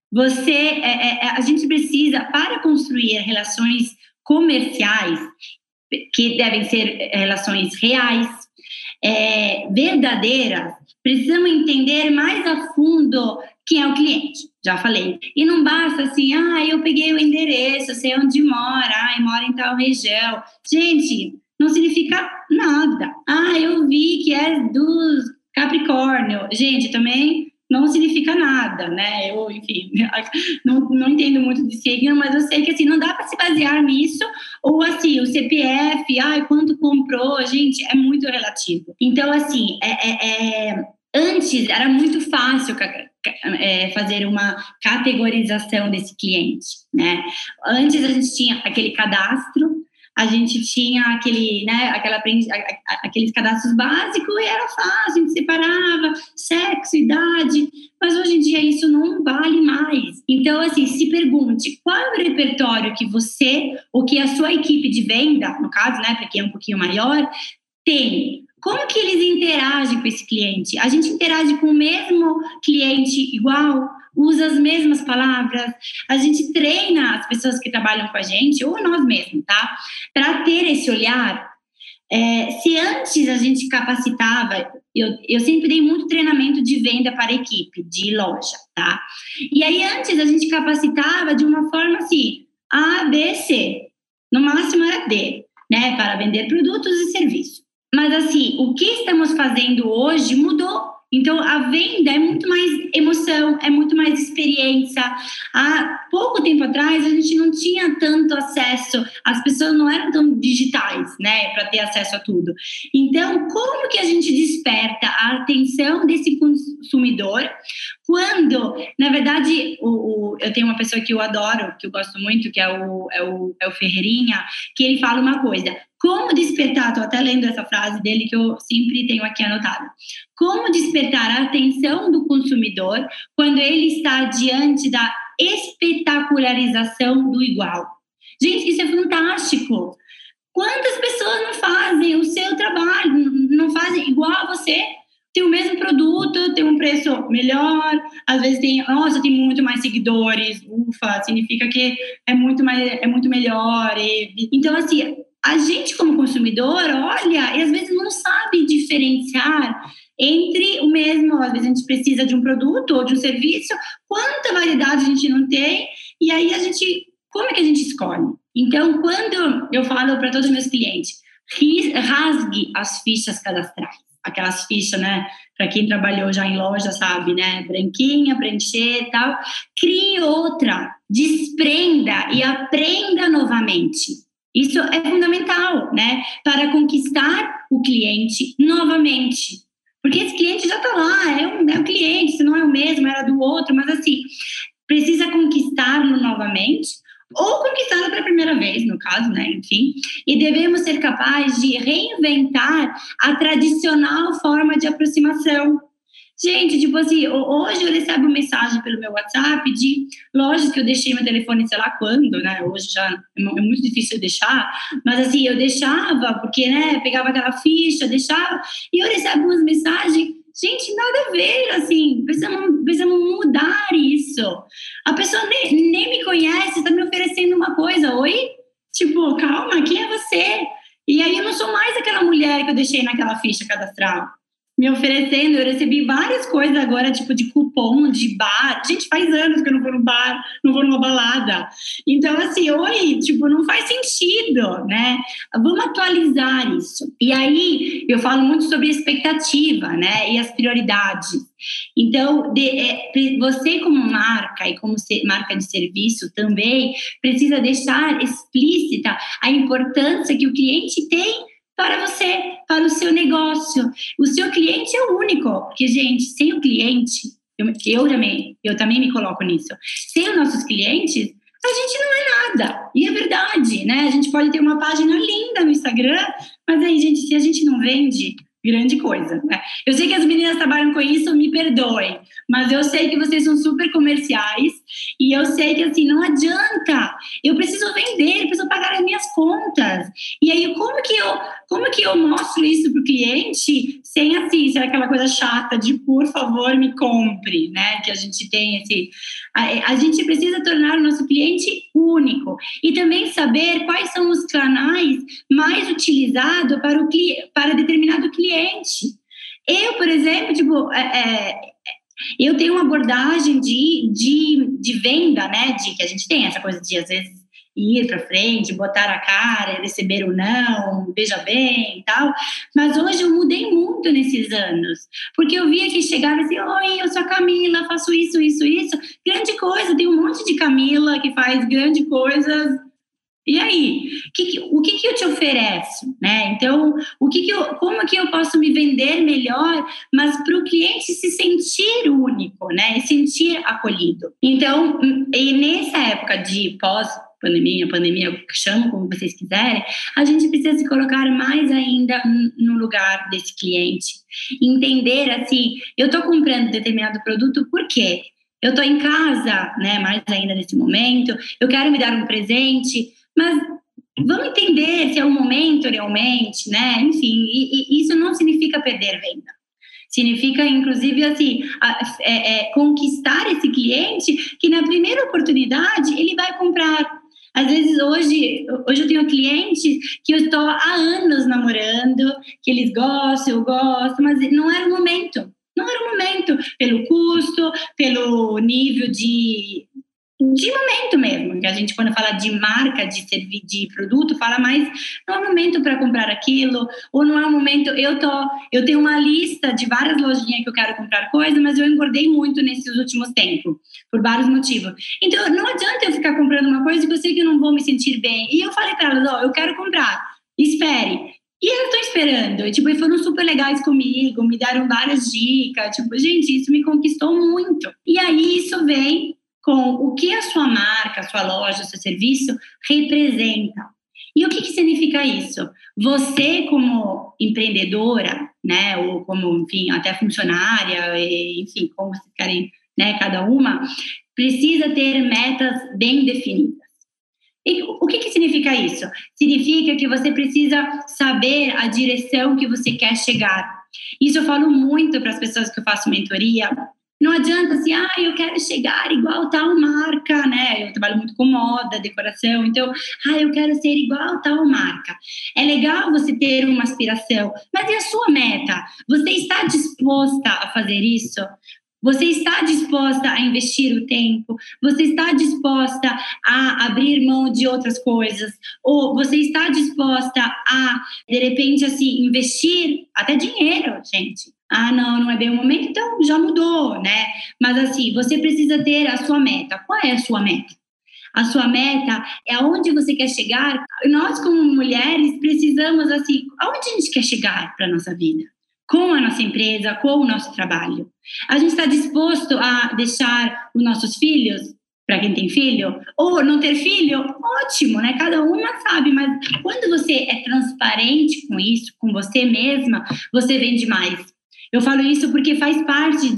A gente precisa, para construir relações comerciais, que devem ser relações reais, verdadeiras, precisamos entender mais a fundo quem é o cliente, já falei. E não basta assim, eu peguei o endereço, sei onde mora, mora em tal região. Gente, não significa nada. Eu vi que é do Capricórnio. Gente, também não significa nada, né? Eu, enfim, não entendo muito de signo, mas eu sei que assim, não dá para se basear nisso, ou assim, o CPF, quanto comprou, gente, é muito relativo. Então, assim, antes era muito fácil fazer uma categorização desse cliente, né? Antes a gente tinha aquele cadastro, a gente tinha aqueles cadastros básicos e era fácil, a gente separava sexo, idade, mas hoje em dia isso não vale mais. Então, assim, se pergunte qual é o repertório que você, ou que a sua equipe de venda, no caso, né, para quem é um pouquinho maior, tem. Como que eles interagem com esse cliente? A gente interage com o mesmo cliente igual? Usa as mesmas palavras? A gente treina as pessoas que trabalham com a gente, ou nós mesmos, tá? Para ter esse olhar. Se antes a gente capacitava, eu sempre dei muito treinamento de venda para a equipe de loja, tá? E aí antes a gente capacitava de uma forma assim, A, B, C. No máximo era D, né? Para vender produtos e serviços. Mas, assim, o que estamos fazendo hoje mudou. Então, a venda é muito mais emoção, é muito mais experiência. Há pouco tempo atrás, a gente não tinha tanto acesso, as pessoas não eram tão digitais, né, para ter acesso a tudo. Então, como que a gente desperta a atenção desse consumidor quando, na verdade, eu tenho uma pessoa que eu adoro, que eu gosto muito, que é o Ferreirinha, que ele fala uma coisa: como despertar, estou até lendo essa frase dele que eu sempre tenho aqui anotada, como despertar a atenção do consumidor quando ele está diante da espetacularização do igual. Gente, isso é fantástico. Quantas pessoas não fazem o seu trabalho, não fazem igual a você? Tem o mesmo produto, tem um preço melhor, às vezes tem muito mais seguidores, ufa, significa que é muito melhor. Então, assim, a gente como consumidor olha e às vezes não sabe diferenciar entre o mesmo, às vezes a gente precisa de um produto ou de um serviço, quanta variedade a gente não tem, e aí como é que a gente escolhe? Então, quando eu falo para todos os meus clientes, rasgue as fichas cadastrais, aquelas fichas, né, para quem trabalhou já em loja sabe, né, branquinha, preencher e tal, crie outra, desprenda e aprenda novamente. Isso é fundamental, né, para conquistar o cliente novamente. Porque esse cliente já está lá, é um cliente, se não é o mesmo, era do outro, mas assim, precisa conquistá-lo novamente, ou conquistá-lo pela primeira vez, no caso, né, enfim, e devemos ser capazes de reinventar a tradicional forma de aproximação. Gente, tipo assim, hoje eu recebo mensagem pelo meu WhatsApp de lojas que eu deixei meu telefone sei lá quando, né, hoje já é muito difícil deixar, mas assim, eu deixava, porque, né, pegava aquela ficha, deixava, e eu recebo umas mensagens, gente, nada a ver, assim, precisamos mudar isso. A pessoa nem me conhece, está me oferecendo uma coisa, oi? Tipo, calma, quem é você? E aí eu não sou mais aquela mulher que eu deixei naquela ficha cadastral. Me oferecendo, eu recebi várias coisas agora, tipo de cupom, de bar. Gente, faz anos que eu não vou no bar, não vou numa balada. Então, assim, tipo, não faz sentido, né? Vamos atualizar isso. E aí, eu falo muito sobre expectativa, né? E as prioridades. Então, você como marca e como marca de serviço também precisa deixar explícita a importância que o cliente tem para você, para o seu negócio. O seu cliente é o único, porque, gente, sem o cliente, eu também me coloco nisso, sem os nossos clientes, a gente não é nada. E é verdade, né? A gente pode ter uma página linda no Instagram, mas aí, gente, se a gente não vende, grande coisa, né? Eu sei que as meninas trabalham com isso, me perdoem, mas eu sei que vocês são super comerciais e eu sei que, assim, não adianta. Eu preciso vender, eu preciso pagar as minhas contas. E aí, como que eu mostro isso para o cliente sem, assim, ser aquela coisa chata de, por favor, me compre, né? Que a gente tem esse... A gente precisa tornar o nosso cliente único e também saber quais são os canais mais utilizados para determinado cliente. Eu, por exemplo, tipo, eu tenho uma abordagem de venda, né? De que a gente tem essa coisa de, às vezes, ir para frente, botar a cara, receber o não, veja bem e tal. Mas hoje eu mudei muito nesses anos, porque eu via que chegava assim, oi, eu sou a Camila, faço isso, grande coisa, tem um monte de Camila que faz grande coisas. E aí, o que eu te ofereço, né? Então, como que eu posso me vender melhor, mas para o cliente se sentir único, né? E sentir acolhido. Então, e nessa época de pandemia, chama como vocês quiserem, a gente precisa se colocar mais ainda no lugar desse cliente. Entender, assim, eu estou comprando determinado produto, por quê? Eu estou em casa, né? Mais ainda nesse momento, eu quero me dar um presente, mas vamos entender se é um momento realmente, né? Enfim, e isso não significa perder venda. Significa, inclusive, assim, conquistar esse cliente que na primeira oportunidade ele vai comprar. Às vezes, hoje eu tenho clientes que eu estou há anos namorando, que eles gostam, eu gosto, mas não era o momento. Não era o momento, pelo custo, pelo nível de momento mesmo, que a gente, quando fala de marca, de produto, fala mais, não é o momento para comprar aquilo, ou não é o momento, eu tenho uma lista de várias lojinhas que eu quero comprar coisa, mas eu engordei muito nesses últimos tempos, por vários motivos. Então, não adianta eu ficar comprando uma coisa que eu sei que eu não vou me sentir bem. E eu falei para elas, eu quero comprar, espere. E elas estão esperando, tipo, e foram super legais comigo, me deram várias dicas, tipo, gente, isso me conquistou muito. E aí isso vem com o que a sua marca, a sua loja, o seu serviço representa. E o que significa isso? Você, como empreendedora, né, ou como, enfim, até funcionária, enfim, como vocês querem, né, cada uma, precisa ter metas bem definidas. E o que significa isso? Significa que você precisa saber a direção que você quer chegar. Isso eu falo muito para as pessoas que eu faço mentoria. Não adianta assim, eu quero chegar igual tal marca, né? Eu trabalho muito com moda, decoração, então, eu quero ser igual tal marca. É legal você ter uma aspiração, mas e a sua meta? Você está disposta a fazer isso? Você está disposta a investir o tempo? Você está disposta a abrir mão de outras coisas? Ou você está disposta a, de repente, assim, investir até dinheiro, gente? Não é bem o momento, então já mudou, né? Mas assim, você precisa ter a sua meta. Qual é a sua meta? A sua meta é aonde você quer chegar. Nós, como mulheres, precisamos, assim, aonde a gente quer chegar para a nossa vida? Com a nossa empresa, com o nosso trabalho. A gente está disposto a deixar os nossos filhos, para quem tem filho, ou não ter filho? Ótimo, né? Cada uma sabe, mas quando você é transparente com isso, com você mesma, você vende mais. Eu falo isso porque faz parte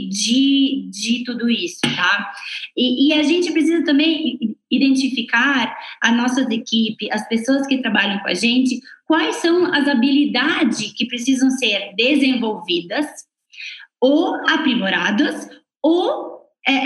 de tudo isso, tá? E a gente precisa também identificar as nossas equipes, as pessoas que trabalham com a gente, quais são as habilidades que precisam ser desenvolvidas ou aprimoradas ou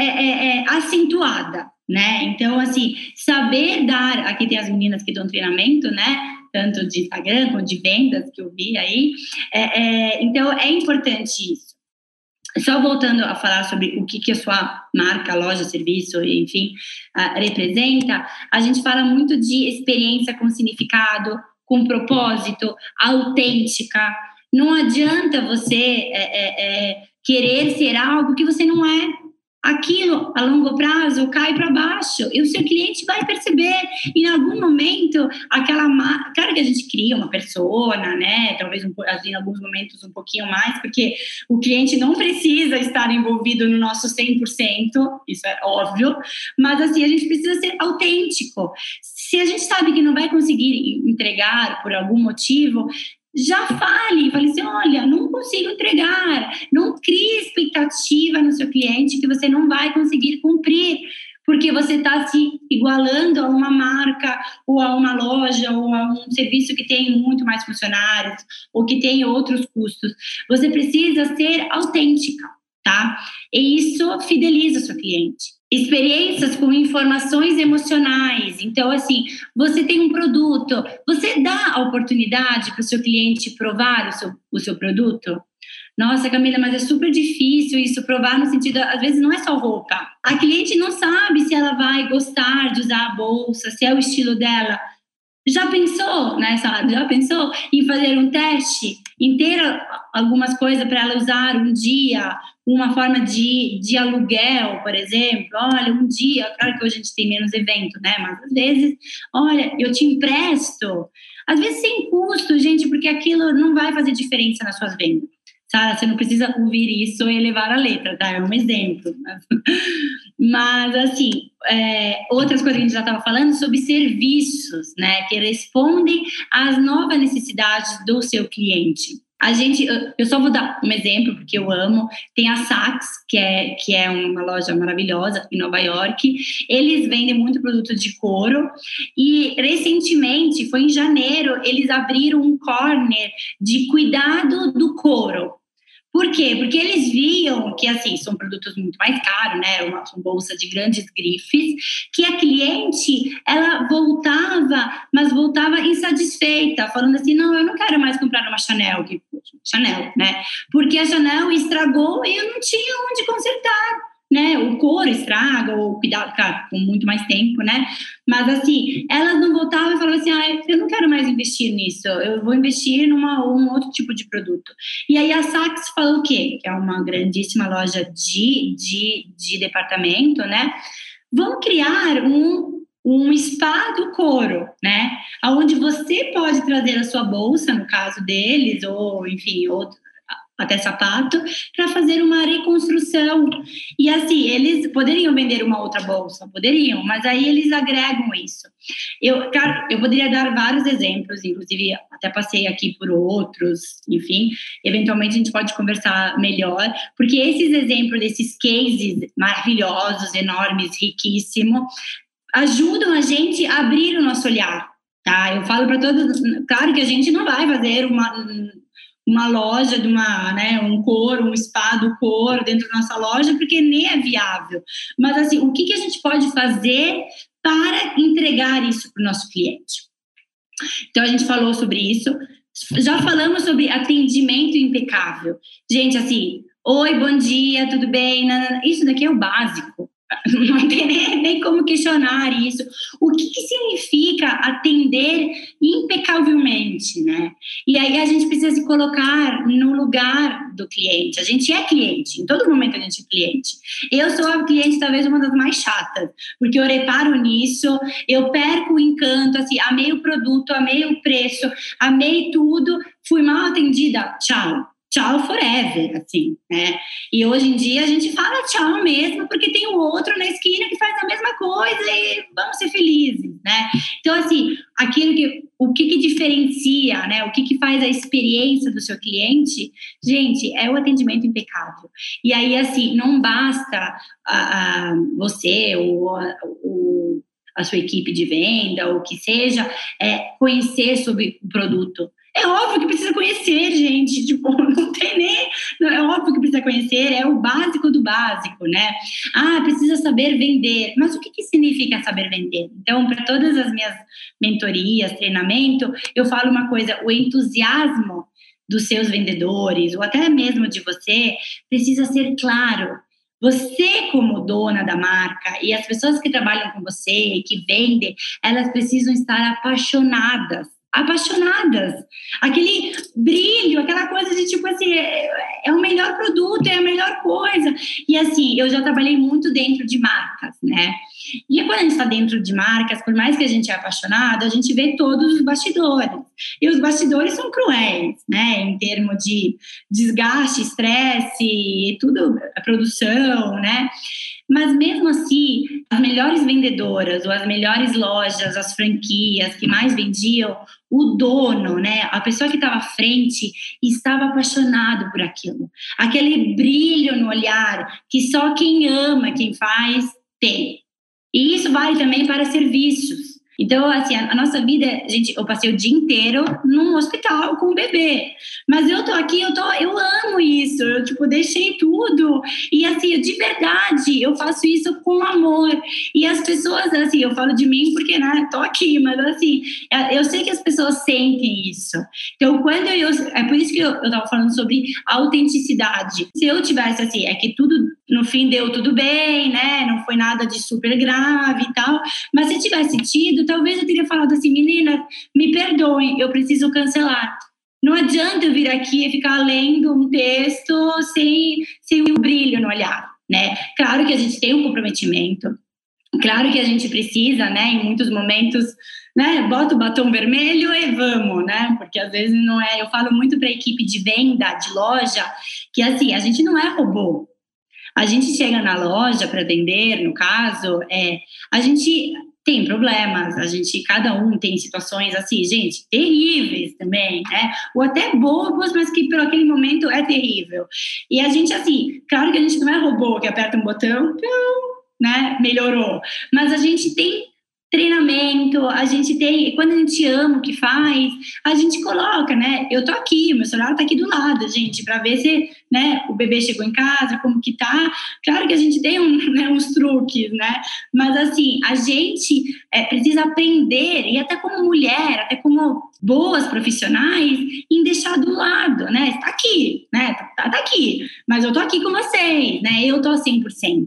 acentuada, né? Então, assim, saber dar... Aqui tem as meninas que dão treinamento, né? Tanto de Instagram quanto de vendas, que eu vi aí. Então, é importante isso. Só voltando a falar sobre o que a sua marca, loja, serviço, enfim, representa, a gente fala muito de experiência com significado, com propósito, autêntica. Não adianta você querer ser algo que você não é. Aquilo, a longo prazo, cai para baixo e o seu cliente vai perceber. E em algum momento, claro que a gente cria uma persona, né? Talvez em alguns momentos um pouquinho mais, porque o cliente não precisa estar envolvido no nosso 100%, isso é óbvio, mas assim, a gente precisa ser autêntico. Se a gente sabe que não vai conseguir entregar por algum motivo, já fale assim, olha, não consigo entregar, não crie expectativa no seu cliente que você não vai conseguir cumprir, porque você está se igualando a uma marca, ou a uma loja, ou a um serviço que tem muito mais funcionários, ou que tem outros custos. Você precisa ser autêntica, tá? E isso fideliza o seu cliente. Experiências com informações emocionais. Então, assim, você tem um produto, você dá a oportunidade para o seu cliente provar o seu produto? Nossa, Camila, mas é super difícil isso, provar no sentido, às vezes não é só roupa. A cliente não sabe se ela vai gostar de usar a bolsa, se é o estilo dela. Já pensou, né, Sara? Já pensou em fazer um teste, em ter algumas coisas para ela usar um dia, uma forma de aluguel, por exemplo? Olha, um dia, claro que hoje a gente tem menos evento, né? Mas às vezes, olha, eu te empresto. Às vezes sem custo, gente, porque aquilo não vai fazer diferença nas suas vendas. Sara, você não precisa ouvir isso e levar a letra, tá? É um exemplo. Mas, assim, outras coisas que a gente já estava falando sobre serviços, né? Que respondem às novas necessidades do seu cliente. Eu só vou dar um exemplo, porque eu amo. Tem a Saks, que é uma loja maravilhosa em Nova York. Eles vendem muito produto de couro. E, recentemente, foi em janeiro, eles abriram um corner de cuidado do couro. Por quê? Porque eles viam que, assim, são produtos muito mais caros, né? Uma bolsa de grandes grifes, que a cliente, ela voltava, mas voltava insatisfeita, falando assim, não, eu não quero mais comprar uma Chanel, né? Porque a Chanel estragou e eu não tinha onde consertar, né? O couro estraga, ou cuidado, claro, com muito mais tempo, né? Mas, assim, elas não voltavam e falavam assim, eu não quero mais investir nisso, eu vou investir um outro tipo de produto. E aí a Saks falou o quê? Que é uma grandíssima loja de departamento, né? Vamos criar um um spa do couro, né? Onde você pode trazer a sua bolsa, no caso deles, ou enfim, até sapato, para fazer uma reconstrução. E assim, eles poderiam vender uma outra bolsa, poderiam, mas aí eles agregam isso. Eu poderia dar vários exemplos, inclusive até passei aqui por outros, enfim, eventualmente a gente pode conversar melhor, porque esses exemplos desses cases maravilhosos, enormes, riquíssimos, ajudam a gente a abrir o nosso olhar, tá? Eu falo para todos, claro que a gente não vai fazer uma loja de um couro, um spa do couro dentro da nossa loja, porque nem é viável. Mas assim, o que a gente pode fazer para entregar isso para o nosso cliente? Então a gente falou sobre isso, já falamos sobre atendimento impecável. Gente, assim, oi, bom dia, tudo bem? Isso daqui é o básico. Não tem nem como questionar isso. O que significa atender impecavelmente, né? E aí a gente precisa se colocar no lugar do cliente. A gente é cliente, em todo momento a gente é cliente. Eu sou a cliente talvez uma das mais chatas, porque eu reparo nisso, eu perco o encanto, assim, amei o produto, amei o preço, amei tudo, fui mal atendida, tchau. Tchau forever, assim, né? E hoje em dia a gente fala tchau mesmo, porque tem o outro na esquina que faz a mesma coisa e vamos ser felizes, né? Então, assim, o que diferencia, né? O que faz a experiência do seu cliente, gente, é o atendimento impecável. E aí, assim, não basta você ou a sua equipe de venda, ou o que seja, conhecer sobre o produto. É óbvio que precisa conhecer, gente, tipo, não tem nem... É óbvio que precisa conhecer, é o básico do básico, né? Precisa saber vender. Mas o que significa saber vender? Então, para todas as minhas mentorias, treinamento, eu falo uma coisa, o entusiasmo dos seus vendedores, ou até mesmo de você, precisa ser claro. Você, como dona da marca, e as pessoas que trabalham com você e que vendem, elas precisam estar apaixonadas, aquele brilho, aquela coisa de tipo assim, é o melhor produto, é a melhor coisa. E assim, eu já trabalhei muito dentro de marcas, né? E quando a gente está dentro de marcas, por mais que a gente é apaixonado, a gente vê todos os bastidores. E os bastidores são cruéis, né? Em termos de desgaste, estresse, tudo, a produção, né? Mas mesmo assim, as melhores vendedoras ou as melhores lojas, as franquias que mais vendiam, o dono, né, a pessoa que estava à frente estava apaixonado por aquilo. Aquele brilho no olhar que só quem ama, quem faz, tem. E isso vale também para serviços. Então, assim, a nossa vida, gente, eu passei o dia inteiro num hospital com um bebê. Mas eu tô aqui, eu amo isso. Eu, tipo, deixei tudo. E, assim, de verdade, eu faço isso com amor. E as pessoas, assim, eu falo de mim porque, né, tô aqui. Mas, assim, eu sei que as pessoas sentem isso. Então, é por isso que eu tava falando sobre autenticidade. Se eu tivesse, assim, é que tudo, no fim, deu tudo bem, né? Não foi nada de super grave e tal. Mas se tivesse tido, talvez eu teria falado assim, menina, me perdoem, eu preciso cancelar. Não adianta eu vir aqui e ficar lendo um texto sem um brilho no olhar, né? Claro que a gente tem um comprometimento, claro que a gente precisa, né, em muitos momentos, né, bota o batom vermelho e vamos, né? Porque às vezes não é... Eu falo muito para a equipe de venda, de loja, que assim, a gente não é robô. A gente chega na loja para vender, no caso, a gente... tem problemas, cada um tem situações assim, gente, terríveis também, né? Ou até bobos, mas que por aquele momento é terrível. E a gente, assim, claro que a gente não é robô que aperta um botão, né? Melhorou. Mas a gente tem treinamento, a gente tem, quando a gente ama o que faz, a gente coloca, né? Eu tô aqui, meu celular tá aqui do lado, gente, para ver se, né, o bebê chegou em casa, como que tá. Claro que a gente tem uns truques, né? Mas assim, a gente precisa aprender, e até como mulher, até como boas profissionais, em deixar do lado, né? Está aqui, né? Tá aqui, mas eu tô aqui com vocês, né? Eu tô 100%.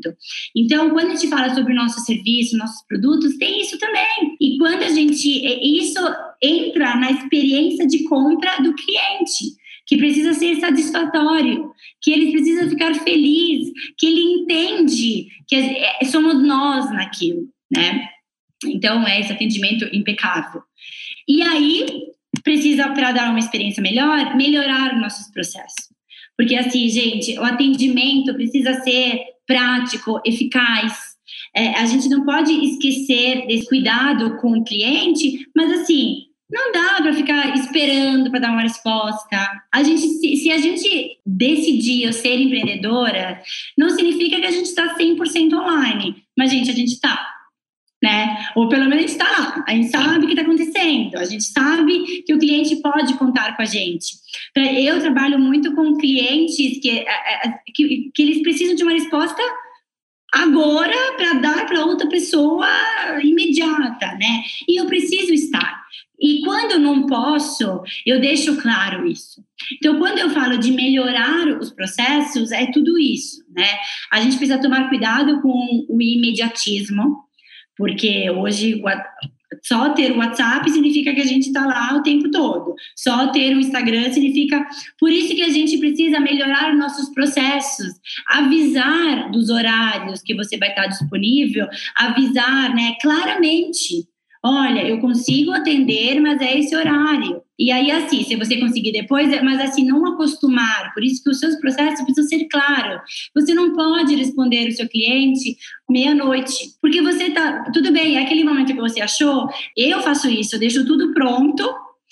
Então, quando a gente fala sobre o nosso serviço, nossos produtos, tem isso também. E quando isso entra na experiência de compra do cliente, que precisa ser satisfatório, que ele precisa ficar feliz, que ele entende que somos nós naquilo, né? Então, é esse atendimento impecável. E aí, precisa, para dar uma experiência melhor, melhorar nossos processos. Porque, assim, gente, o atendimento precisa ser prático, eficaz. A gente não pode esquecer desse cuidado com o cliente, mas, assim, não dá para ficar esperando para dar uma resposta. Se a gente decidir ser empreendedora, não significa que a gente está 100% online. Mas, gente, a gente está. Né? Ou pelo menos a gente está lá, a gente sabe o que está acontecendo, a gente sabe que o cliente pode contar com a gente. Eu trabalho muito com clientes que eles precisam de uma resposta agora para dar para outra pessoa imediata, né? E eu preciso estar. E quando eu não posso, eu deixo claro isso. Então, quando eu falo de melhorar os processos, é tudo isso, né? A gente precisa tomar cuidado com o imediatismo, porque hoje só ter o WhatsApp significa que a gente está lá o tempo todo. Só ter o Instagram significa... Por isso que a gente precisa melhorar nossos processos, avisar dos horários que você vai estar disponível, avisar, né, claramente. Olha, eu consigo atender, mas é esse horário. E aí, assim, se você conseguir depois, mas assim, não acostumar. Por isso que os seus processos precisam ser claros. Você não pode responder o seu cliente meia-noite. Porque você tá... Tudo bem, é aquele momento que você achou, eu faço isso, eu deixo tudo pronto.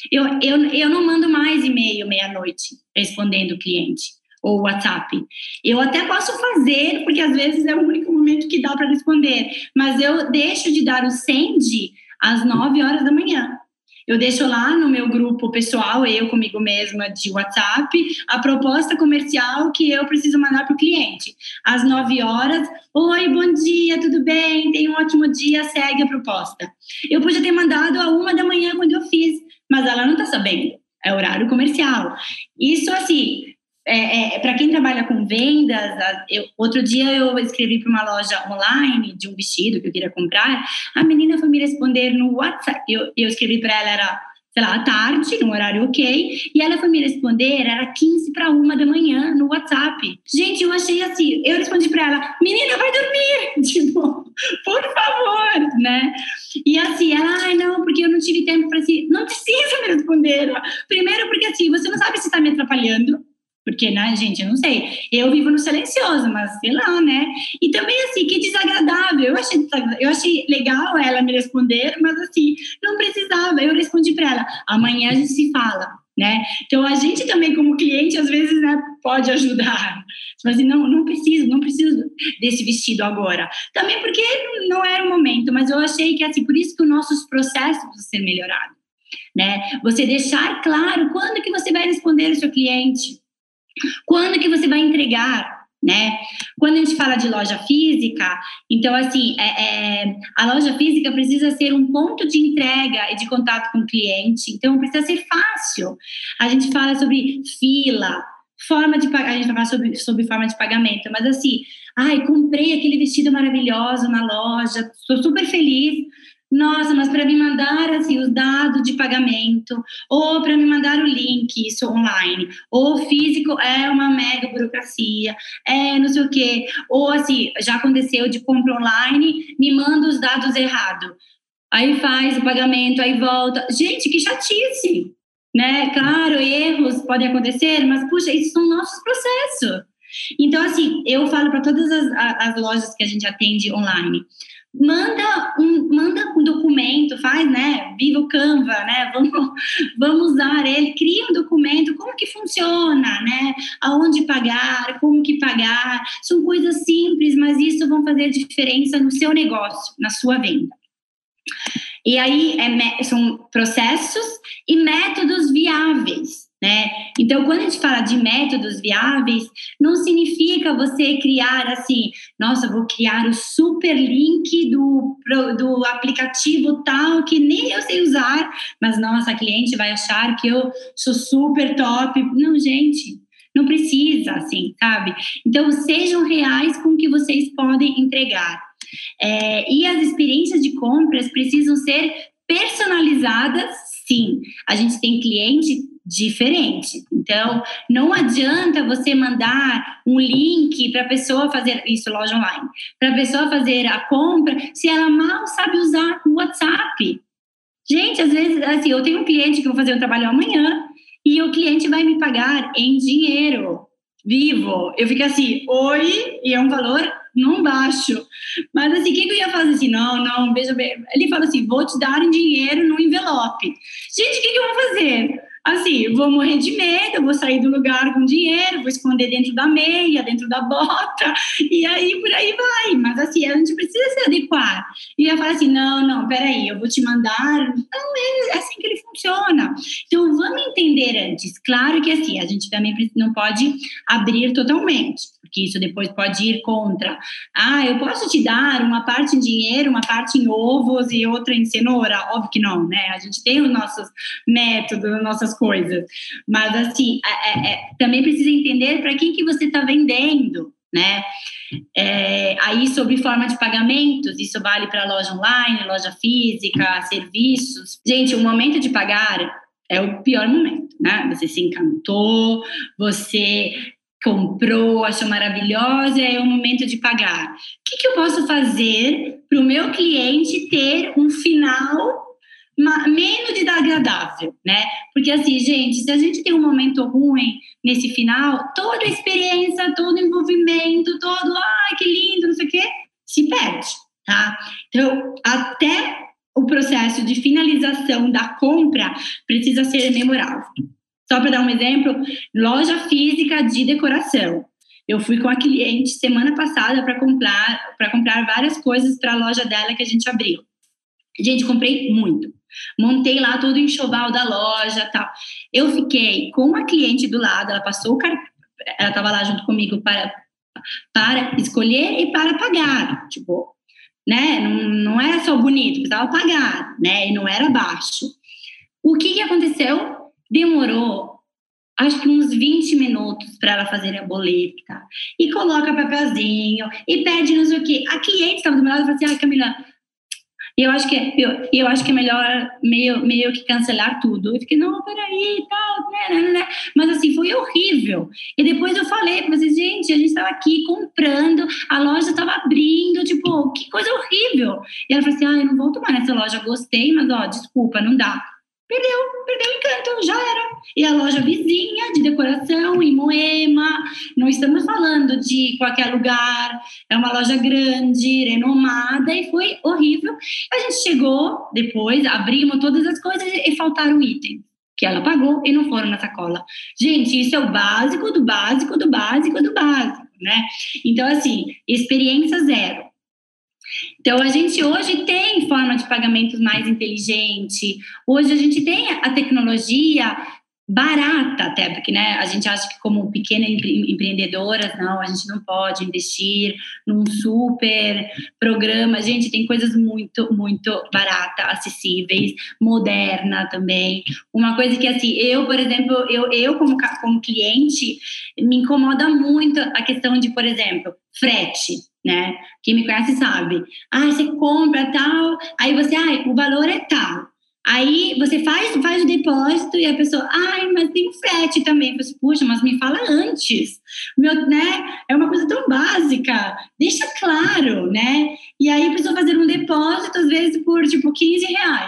Eu não mando mais e-mail meia-noite respondendo o cliente. Ou WhatsApp. Eu até posso fazer, porque às vezes é o único momento que dá para responder. Mas eu deixo de dar o send às 9 horas da manhã. Eu deixo lá no meu grupo pessoal, eu comigo mesma de WhatsApp, a proposta comercial que eu preciso mandar para o cliente. Às 9 horas, oi, bom dia, tudo bem? Tenha um ótimo dia, segue a proposta. Eu podia ter mandado às 1 da manhã quando eu fiz, mas ela não está sabendo. É horário comercial. Isso, assim... para quem trabalha com vendas, outro dia eu escrevi para uma loja online de um vestido que eu queria comprar, a menina foi me responder no WhatsApp, eu escrevi para ela, era, sei lá, à tarde, no horário ok, e ela foi me responder, era 15:45 da manhã no WhatsApp. Gente, eu achei assim, eu respondi para ela, menina, vai dormir, tipo, por favor, né? E assim, ela, não, porque eu não tive tempo para assim, não precisa me responder. Primeiro porque assim, você não sabe se está me atrapalhando, porque, né, gente, eu não sei. Eu vivo no silencioso, mas sei lá, né? E também, assim, que desagradável. Eu achei legal ela me responder, mas, assim, não precisava. Eu respondi para ela, amanhã a gente se fala, né? Então, a gente também, como cliente, às vezes, né, pode ajudar. Mas, assim, não preciso desse vestido agora. Também porque não era o momento, mas eu achei que, assim, por isso que os nossos processos precisam ser melhorados, né? Você deixar claro quando que você vai responder o seu cliente. Quando que você vai entregar, né? Quando a gente fala de loja física, então, assim, a loja física precisa ser um ponto de entrega e de contato com o cliente, então precisa ser fácil. A gente fala sobre fila, forma de pagar, a gente vai falar sobre forma de pagamento, mas assim, comprei aquele vestido maravilhoso na loja, estou super feliz. Nossa, mas para me mandar assim, os dados de pagamento, ou para me mandar o link, isso online, ou físico, é uma mega burocracia, não sei o quê. Ou assim, já aconteceu de compra online, me manda os dados errados. Aí faz o pagamento, aí volta. Gente, que chatice, né? Claro, erros podem acontecer, mas, puxa, isso são nossos processos. Então, assim, eu falo para todas as lojas que a gente atende online, manda um documento, faz, né, viva o Canva, né, vamos usar ele, cria um documento, como que funciona, né, aonde pagar, como que pagar, são coisas simples, mas isso vão fazer diferença no seu negócio, na sua venda. E aí são processos e métodos viáveis, né? Então, quando a gente fala de métodos viáveis, não significa você criar assim, nossa, vou criar o super link do aplicativo tal que nem eu sei usar, mas nossa, a cliente vai achar que eu sou super top. Não, gente, não precisa, assim, sabe? Então, sejam reais com o que vocês podem entregar. E as experiências de compras precisam ser personalizadas, sim, a gente tem cliente diferente. Então, não adianta você mandar um link para a pessoa fazer isso, loja online, para a pessoa fazer a compra, se ela mal sabe usar o WhatsApp. Gente, às vezes, assim, eu tenho um cliente que eu vou fazer um trabalho amanhã e o cliente vai me pagar em dinheiro vivo. Eu fico assim, oi, e é um valor não baixo. Mas assim, o que eu ia fazer assim? Não, veja bem. Ele fala assim, vou te dar em dinheiro no envelope. Gente, o que eu vou fazer? Assim, vou morrer de medo, vou sair do lugar com dinheiro, vou esconder dentro da meia, dentro da bota, e aí por aí vai. Mas assim, a gente precisa se adequar. E eu falo assim, não, peraí, eu vou te mandar. Não, é assim que ele funciona. Então, vamos entender antes. Claro que assim, a gente também não pode abrir totalmente, porque isso depois pode ir contra. Eu posso te dar uma parte em dinheiro, uma parte em ovos e outra em cenoura? Óbvio que não, né? A gente tem os nossos métodos, as nossas coisas. Mas, assim, também precisa entender para quem que você está vendendo, né? Aí, sobre forma de pagamentos, isso vale para loja online, loja física, serviços. Gente, o momento de pagar é o pior momento, né? Você se encantou, você comprou, achou maravilhosa, é o momento de pagar. O que eu posso fazer para o meu cliente ter um final menos desagradável, né? Porque assim, gente, se a gente tem um momento ruim nesse final, toda a experiência, todo o envolvimento, todo, que lindo, não sei o quê, se perde, tá? Então, até o processo de finalização da compra precisa ser memorável. Só para dar um exemplo, loja física de decoração. Eu fui com a cliente semana passada para comprar várias coisas para a loja dela que a gente abriu. Gente, comprei muito. Montei lá todo o enxoval da loja, tal. Eu fiquei com a cliente do lado, ela passou ela estava lá junto comigo para escolher e para pagar, tipo, né? Não é só bonito, precisava pagar, né? E não era baixo. O que aconteceu? Demorou, acho que uns 20 minutos para ela fazer a boleta. E coloca papelzinho, e pede não sei o quê. A cliente estava do meu lado e falou assim, Camila, eu acho que é melhor meio que cancelar tudo. Eu fiquei, não, peraí, tal, né. Mas assim, foi horrível. E depois eu falei para vocês, gente, a gente estava aqui comprando, a loja estava abrindo, tipo, que coisa horrível. E ela falou assim, eu não volto mais nessa loja, gostei, mas desculpa, não dá. Perdeu o encanto, já era. E a loja vizinha de decoração em Moema, não estamos falando de qualquer lugar, é uma loja grande, renomada, e foi horrível. A gente chegou depois, abrimos todas as coisas e faltaram itens que ela pagou e não foram na sacola. Gente, isso é o básico do básico do básico do básico, né? Então, assim, experiência zero. Então, a gente hoje tem forma de pagamentos mais inteligente, hoje a gente tem a tecnologia barata até, porque né, a gente acha que como pequenas empreendedoras, não, a gente não pode investir num super programa. Gente, tem coisas muito, muito baratas, acessíveis, moderna também. Uma coisa que assim, eu, por exemplo, eu como cliente, me incomoda muito a questão de, por exemplo, frete, né? Quem me conhece sabe. Você compra tal, aí você, o valor é tal. Aí você faz o depósito e a pessoa, mas tem frete também. Eu falei, puxa, mas me fala antes. Né? É uma coisa tão básica. Deixa claro, né? E aí precisa fazer um depósito, às vezes, por, tipo, R$15.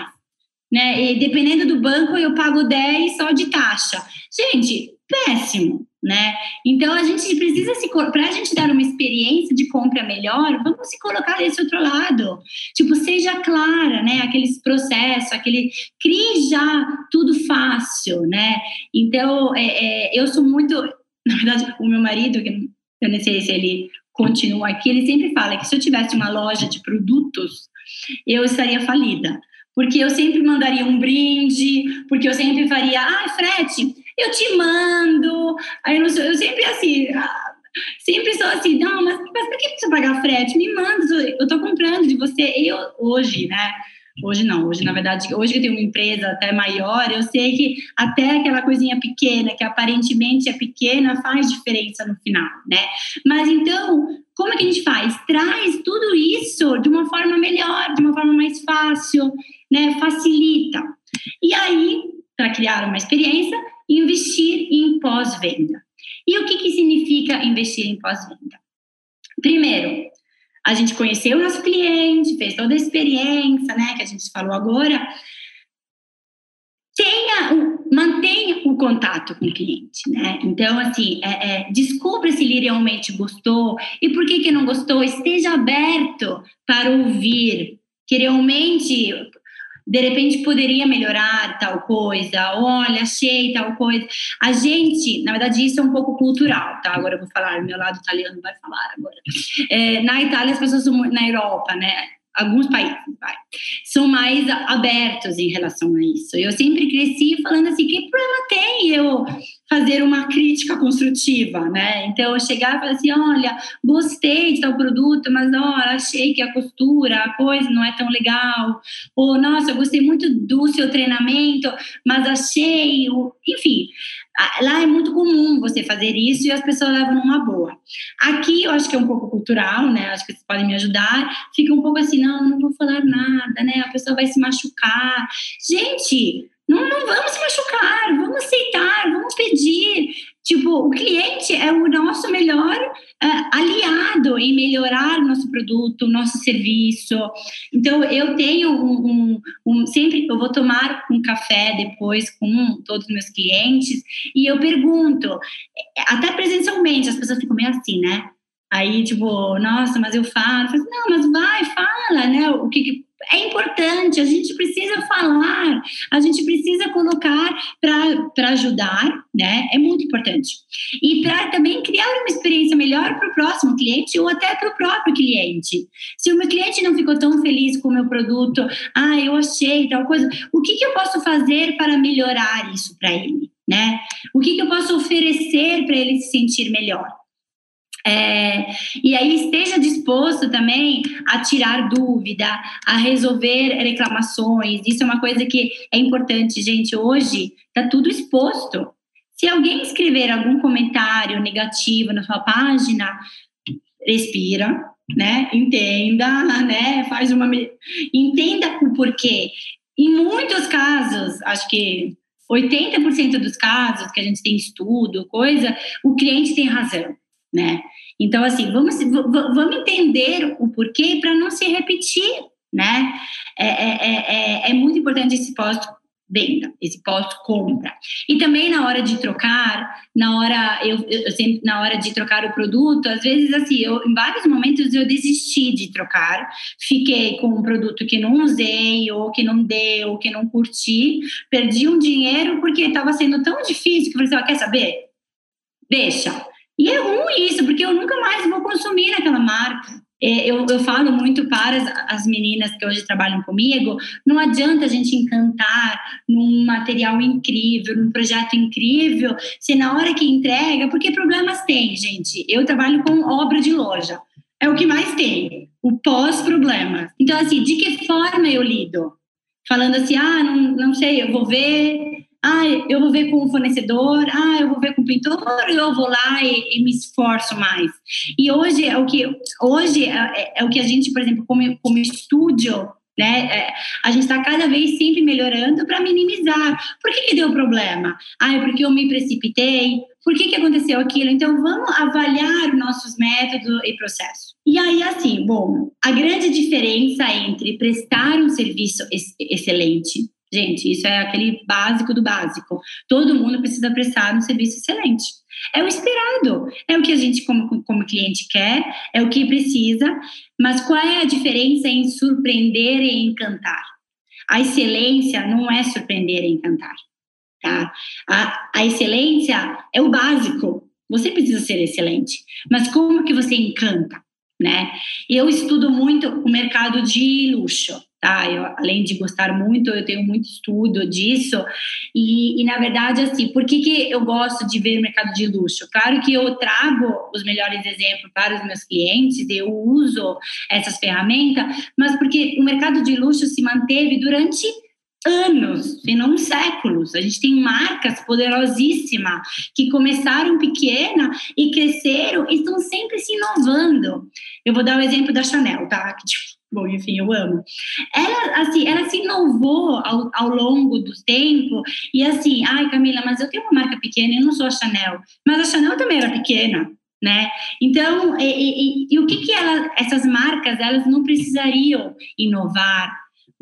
Né? E dependendo do banco, eu pago 10 só de taxa. Gente, péssimo, né? Então, a gente precisa para a gente dar uma experiência de compra melhor, vamos se colocar desse outro lado. Tipo, seja clara, né? Aqueles processos, crie já tudo fácil, né? Então, eu sou muito... Na verdade, o meu marido, que eu não sei se ele continua aqui, ele sempre fala que se eu tivesse uma loja de produtos, eu estaria falida. Porque eu sempre mandaria um brinde, porque eu sempre faria, frete, eu te mando. Aí eu sempre assim, sempre sou assim, não, mas por que precisa pagar frete? Me manda, eu tô comprando de você. Hoje, né? Hoje não, hoje na verdade, hoje que eu tenho uma empresa até maior, eu sei que até aquela coisinha pequena, que aparentemente é pequena, faz diferença no final, né? Mas então, como é que a gente faz? Traz tudo isso de uma forma melhor, de uma forma mais fácil, né? Facilita. E aí, criar uma experiência e investir em pós-venda. E o que significa investir em pós-venda? Primeiro, a gente conheceu o nosso cliente, fez toda a experiência, né, que a gente falou agora. Mantenha o contato com o cliente, né? Então, assim, descubra se ele realmente gostou e por que não gostou. Esteja aberto para ouvir que realmente, de repente, poderia melhorar tal coisa. Olha, achei tal coisa. A gente, na verdade, isso é um pouco cultural, tá? Agora eu vou falar, meu lado italiano vai falar agora. Na Itália, as pessoas são, na Europa, né? Alguns países são mais abertos em relação a isso. Eu sempre cresci falando assim, que problema tem eu fazer uma crítica construtiva, né? Então, eu chegar e falar assim, olha, gostei de tal produto, mas, olha, achei que a costura, a coisa não é tão legal. Ou, nossa, eu gostei muito do seu treinamento, mas achei... Enfim, lá é muito comum você fazer isso e as pessoas levam numa boa. Aqui, eu acho que é um pouco cultural, né? Acho que vocês podem me ajudar. Fica um pouco assim, não vou falar nada, né? A pessoa vai se machucar. Gente... Não vamos se machucar, vamos aceitar, vamos pedir. Tipo, o cliente é o nosso melhor aliado em melhorar o nosso produto, o nosso serviço. Então, eu tenho sempre eu vou tomar um café depois com todos os meus clientes e eu pergunto, até presencialmente, as pessoas ficam meio assim, né? Aí, tipo, nossa, mas eu falo assim, não, mas vai, fala, né? O que é importante, a gente precisa falar, a gente precisa colocar para ajudar, né? É muito importante. E para também criar uma experiência melhor para o próximo cliente ou até para o próprio cliente. Se o meu cliente não ficou tão feliz com o meu produto, eu achei tal coisa, o que eu posso fazer para melhorar isso para ele, né? O que eu posso oferecer para ele se sentir melhor? E aí esteja disposto também a tirar dúvida, a resolver reclamações. Isso é uma coisa que é importante, gente. Hoje está tudo exposto. Se alguém escrever algum comentário negativo na sua página, respira, né? Entenda, né? Entenda o porquê. Em muitos casos, acho que 80% dos casos que a gente tem estudo, o cliente tem razão, né? Então, assim, vamos entender o porquê para não se repetir, né? É muito importante esse pós-venda, esse pós-compra. E também na hora de trocar, na hora de trocar o produto, às vezes, assim, em vários momentos eu desisti de trocar, fiquei com um produto que não usei, ou que não deu, ou que não curti, perdi um dinheiro porque estava sendo tão difícil que eu falei assim, quer saber? Deixa. E é ruim isso, porque eu nunca mais vou consumir naquela marca. Eu falo muito para as meninas que hoje trabalham comigo, não adianta a gente encantar num material incrível, num projeto incrível, se na hora que entrega, porque problemas tem, gente. Eu trabalho com obra de loja, é o que mais tem, o pós-problema. Então, assim, de que forma eu lido? Falando assim, não sei, eu vou ver com o fornecedor, eu vou ver com o pintor, eu vou lá e me esforço mais. E hoje é o que a gente, por exemplo, como estúdio, né? A gente está cada vez sempre melhorando para minimizar. Por que deu problema? É porque eu me precipitei. Por que aconteceu aquilo? Então, vamos avaliar nossos métodos e processos. E aí, assim, a grande diferença entre prestar um serviço excelente, gente, isso é aquele básico do básico. Todo mundo precisa prestar um serviço excelente. É o esperado, é o que a gente como cliente quer, é o que precisa, mas qual é a diferença em surpreender e encantar? A excelência não é surpreender e encantar, tá? A excelência é o básico, você precisa ser excelente, mas como que você encanta, né? Eu estudo muito o mercado de luxo, tá? Além de gostar muito, eu tenho muito estudo disso e na verdade, assim, por que eu gosto de ver o mercado de luxo? Claro que eu trago os melhores exemplos para os meus clientes, eu uso essas ferramentas, mas porque o mercado de luxo se manteve durante anos, se não séculos. A gente tem marcas poderosíssimas que começaram pequena e cresceram e estão sempre se inovando. Eu vou dar o exemplo da Chanel, tá? Que, Bom, enfim, eu amo. Ela se inovou ao longo do tempo e assim, ai, Camila, mas eu tenho uma marca pequena, eu não sou a Chanel, mas a Chanel também era pequena, né? Então, e o que essas marcas, elas não precisariam inovar,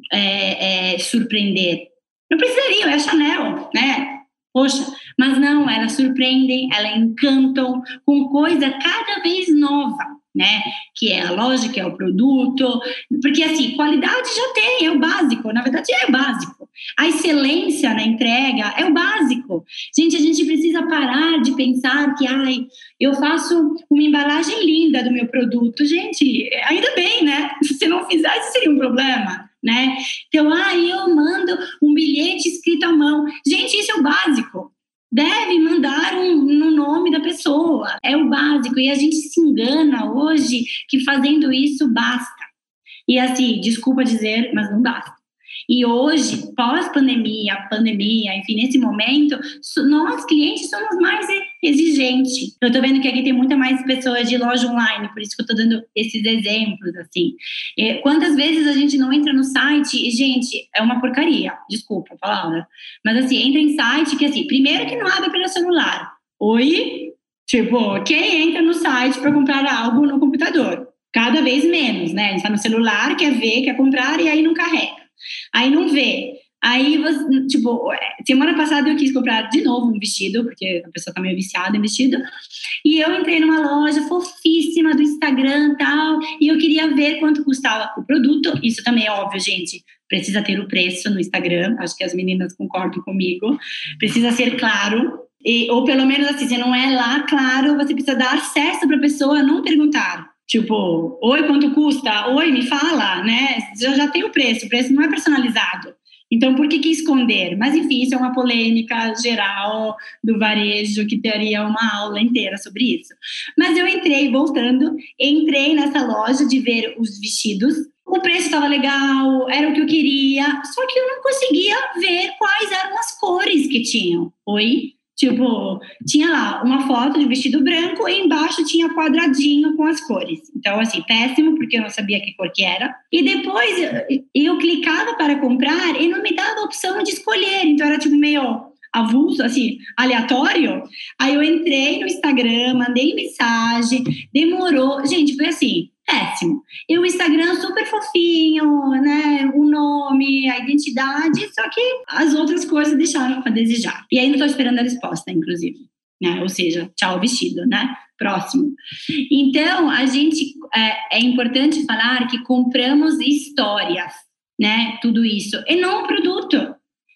surpreender. Não precisariam, é a Chanel, né? Poxa, mas não, elas surpreendem, elas encantam com coisa cada vez nova, né? Que é a loja, que é o produto, porque assim, qualidade já tem, é o básico, na verdade é o básico. A excelência na entrega é o básico. Gente, a gente precisa parar de pensar que, eu faço uma embalagem linda do meu produto. Gente, ainda bem, né? Se não fizesse, seria um problema, né? Então, eu mando um bilhete escrito à mão. Gente, isso é o básico. Deve mandar no nome da pessoa. É o básico. E a gente se engana hoje que fazendo isso basta. E assim, desculpa dizer, mas não basta. E hoje, pós-pandemia, enfim, nesse momento, nós, clientes, somos mais exigentes. Eu tô vendo que aqui tem muita mais pessoas de loja online, por isso que eu tô dando esses exemplos, assim. Quantas vezes a gente não entra no site e, gente, é uma porcaria, desculpa a palavra, mas assim, entra em site que, assim, primeiro que não abre pelo celular. Tipo, quem entra no site para comprar algo no computador? Cada vez menos, né? A gente tá no celular, quer ver, quer comprar e aí não carrega. Aí não vê. Aí, tipo, semana passada eu quis comprar de novo um vestido, porque a pessoa tá meio viciada em vestido. E eu entrei numa loja fofíssima do Instagram e tal, e eu queria ver quanto custava o produto. Isso também é óbvio, gente. Precisa ter o preço no Instagram. Acho que as meninas concordam comigo. Precisa ser claro. Ou pelo menos assim, se não é lá claro, você precisa dar acesso para a pessoa não perguntar. Tipo, oi, quanto custa? Oi, me fala, né? Já tem o preço não é personalizado. Então, por que esconder? Mas, enfim, isso é uma polêmica geral do varejo, que teria uma aula inteira sobre isso. Mas eu entrei nessa loja de ver os vestidos. O preço estava legal, era o que eu queria, só que eu não conseguia ver quais eram as cores que tinham. Tipo, tinha lá uma foto de vestido branco e embaixo tinha quadradinho com as cores. Então, assim, péssimo, porque eu não sabia que cor que era. E depois eu clicava para comprar e não me dava a opção de escolher. Então, era tipo meio avulso, assim, aleatório. Aí eu entrei no Instagram, mandei mensagem, demorou. Gente, foi assim, péssimo. E o Instagram super fofinho, né? O nome, a identidade, só que as outras coisas deixaram a desejar. E ainda estou esperando a resposta, inclusive. Né? Ou seja, tchau vestido, né? Próximo. Então, a gente é importante falar que compramos histórias, né? Tudo isso. E não o produto.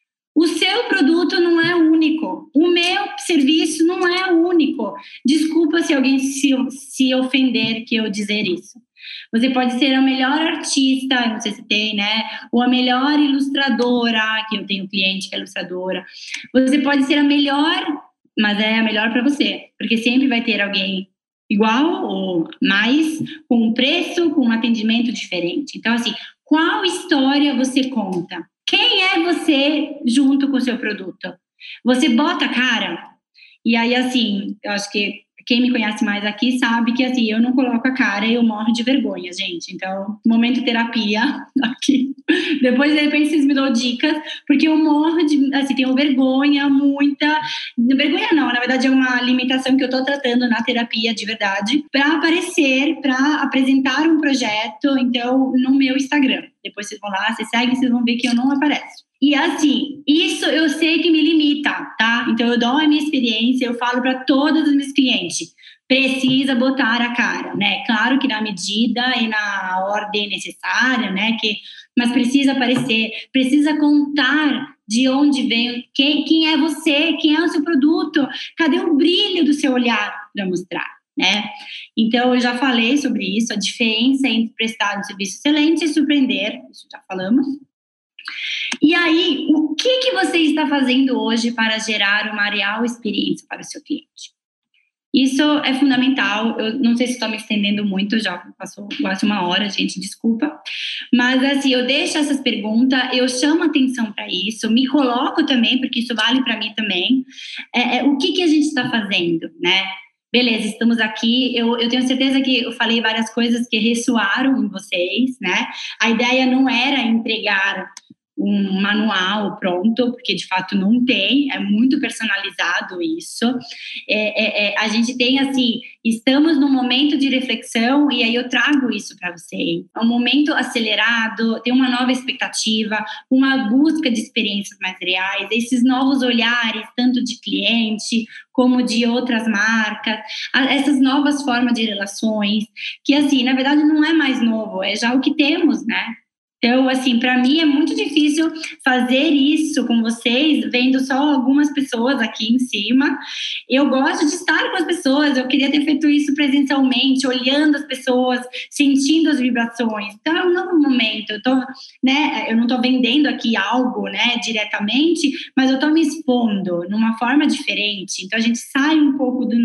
O seu produto não é único. O meu serviço não é único. Desculpa se alguém se ofender que eu dizer isso. Você pode ser a melhor artista, não sei se tem, né? Ou a melhor ilustradora, que eu tenho cliente que é ilustradora. Você pode ser a melhor, mas é a melhor para você. Porque sempre vai ter alguém igual ou mais, com um preço, com um atendimento diferente. Então, assim, qual história você conta? Quem é você junto com o seu produto? Você bota a cara? E aí, assim, eu acho que quem me conhece mais aqui sabe que, assim, eu não coloco a cara e eu morro de vergonha, gente. Então, momento terapia aqui. Depois, de repente, vocês me dão dicas, porque eu morro de, assim, tenho vergonha, muita... Vergonha não, na verdade é uma limitação que eu tô tratando na terapia de verdade, para aparecer, para apresentar um projeto, então, no meu Instagram. Depois vocês vão lá, vocês seguem, vocês vão ver que eu não apareço. E assim, isso eu sei que me limita, tá? Então eu dou a minha experiência, eu falo para todos os meus clientes, precisa botar a cara, né? Claro que na medida e na ordem necessária, né? Mas precisa aparecer, precisa contar de onde vem, quem é você, quem é o seu produto, cadê o brilho do seu olhar para mostrar, né? Então eu já falei sobre isso, a diferença entre prestar um serviço excelente e surpreender, isso já falamos. E aí, o que você está fazendo hoje para gerar uma real experiência para o seu cliente? Isso é fundamental. Eu não sei se estou me estendendo muito, já passou quase uma hora, gente, desculpa. Mas, assim, eu deixo essas perguntas, eu chamo atenção para isso, me coloco também, porque isso vale para mim também. O que a gente está fazendo, né? beleza, estamos aqui. Eu tenho certeza que eu falei várias coisas que ressoaram em vocês, né? A ideia não era entregar um manual pronto, porque de fato não tem, é muito personalizado isso. A gente tem assim, estamos num momento de reflexão e aí eu trago isso para vocês. É um momento acelerado, tem uma nova expectativa, uma busca de experiências mais reais, esses novos olhares, tanto de cliente como de outras marcas, essas novas formas de relações, que assim, na verdade não é mais novo, é já o que temos, né? Então, assim, para mim é muito difícil fazer isso com vocês, vendo só algumas pessoas aqui em cima. Eu gosto de estar com as pessoas, eu queria ter feito isso presencialmente, olhando as pessoas, sentindo as vibrações. Então, é um novo momento. Eu não estou vendendo aqui algo, né, diretamente, mas eu estou me expondo numa forma diferente. Então, a gente sai um pouco do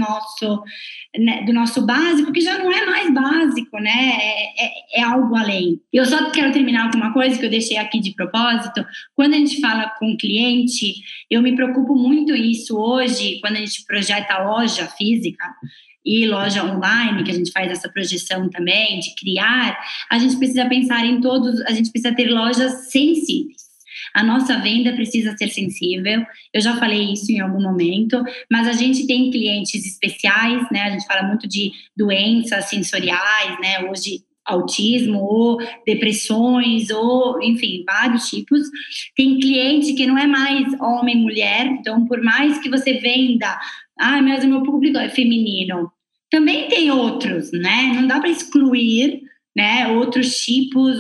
nosso básico, que já não é mais básico, né? É algo além. Eu só quero terminar com uma coisa que eu deixei aqui de propósito. Quando a gente fala com o cliente, eu me preocupo muito isso hoje, quando a gente projeta loja física e loja online, que a gente faz essa projeção também, de criar, a gente precisa pensar em todos, a gente precisa ter lojas sensíveis. A nossa venda precisa ser sensível, eu já falei isso em algum momento, mas a gente tem clientes especiais, né? A gente fala muito de doenças sensoriais, né? Hoje, autismo ou depressões ou, enfim, vários tipos. Tem cliente que não é mais homem, mulher, então por mais que você venda, mas o meu público é feminino, também tem outros, né? Não dá para excluir, né, outros tipos,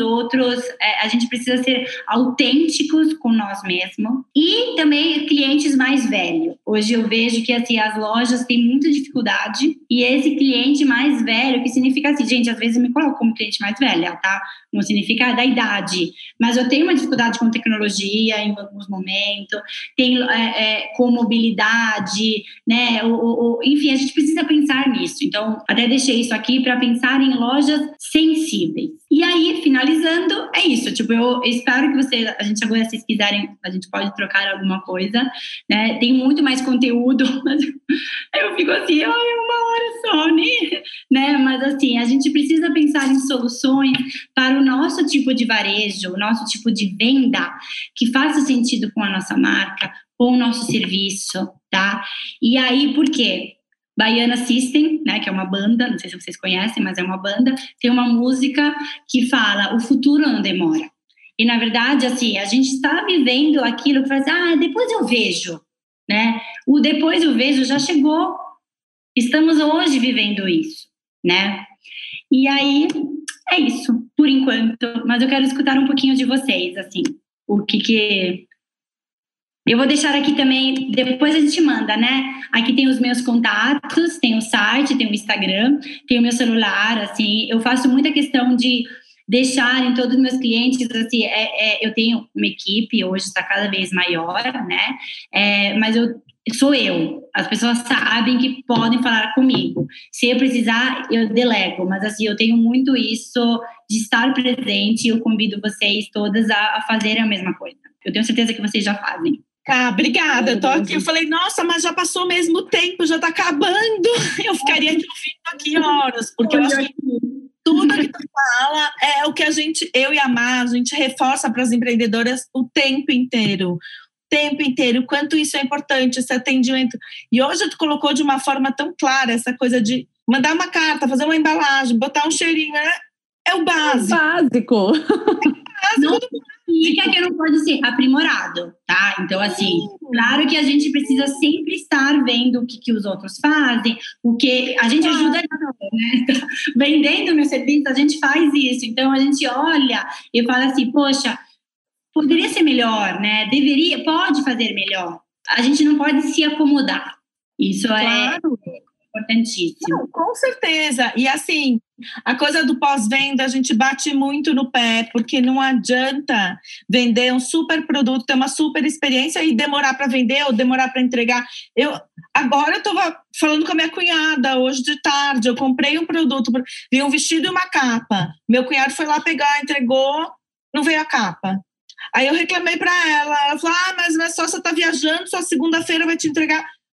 a gente precisa ser autênticos com nós mesmos. E também clientes mais velhos. Hoje eu vejo que assim, as lojas têm muita dificuldade e esse cliente mais velho, que significa assim, gente, às vezes eu me coloco como cliente mais velha, tá? Não significa da idade, mas eu tenho uma dificuldade com tecnologia em alguns momentos, tenho com mobilidade, né? Enfim, a gente precisa pensar nisso. Então, até deixei isso aqui para pensar em lojas sensíveis. E aí, finalizando, é isso. Tipo, eu espero que a gente agora, se vocês quiserem, a gente pode trocar alguma coisa, né? Tem muito mais conteúdo, mas eu fico assim, uma hora só, né? Mas assim, a gente precisa pensar em soluções para o nosso tipo de varejo, o nosso tipo de venda, que faça sentido com a nossa marca, com o nosso serviço, tá? E aí, por quê? Baiana System, né, que é uma banda, não sei se vocês conhecem, mas é uma banda, tem uma música que fala, o futuro não demora. E, na verdade, assim, a gente está vivendo aquilo que faz, depois eu vejo, né? O depois eu vejo já chegou. Estamos hoje vivendo isso, né? E aí, é isso, por enquanto. Mas eu quero escutar um pouquinho de vocês, assim, o que... Eu vou deixar aqui também, depois a gente manda, né? Aqui tem os meus contatos, tem o site, tem o Instagram, tem o meu celular, assim. Eu faço muita questão de deixar em todos os meus clientes, assim, eu tenho uma equipe, hoje está cada vez maior, né? Mas sou eu. As pessoas sabem que podem falar comigo. Se eu precisar, eu delego. Mas, assim, eu tenho muito isso de estar presente e eu convido vocês todas a fazerem a mesma coisa. Eu tenho certeza que vocês já fazem. Obrigada, eu tô aqui, eu falei, nossa, mas já passou o mesmo tempo, já tá acabando, eu ficaria aqui ouvindo aqui horas, porque eu acho que tudo que tu fala é o que eu e a Mar, a gente reforça para as empreendedoras o tempo inteiro, quanto isso é importante, esse atendimento, e hoje tu colocou de uma forma tão clara, essa coisa de mandar uma carta, fazer uma embalagem, botar um cheirinho, é o básico. Não significa que não pode ser aprimorado, tá? Então, assim, claro que a gente precisa sempre estar vendo o que os outros fazem, o que a gente ajuda, né? Vendendo meu serviço, a gente faz isso. Então, a gente olha e fala assim, poxa, poderia ser melhor, né? Pode fazer melhor. A gente não pode se acomodar. Isso é importantíssimo. Não, com certeza. E assim, a coisa do pós-venda, a gente bate muito no pé, porque não adianta vender um super produto, ter uma super experiência e demorar para vender ou demorar para entregar. Agora eu estava falando com a minha cunhada, hoje de tarde, eu comprei um produto, vi um vestido e uma capa. Meu cunhado foi lá pegar, entregou, não veio a capa. Aí eu reclamei para ela falou, mas não é só você tá viajando, só segunda-feira vai te entregar.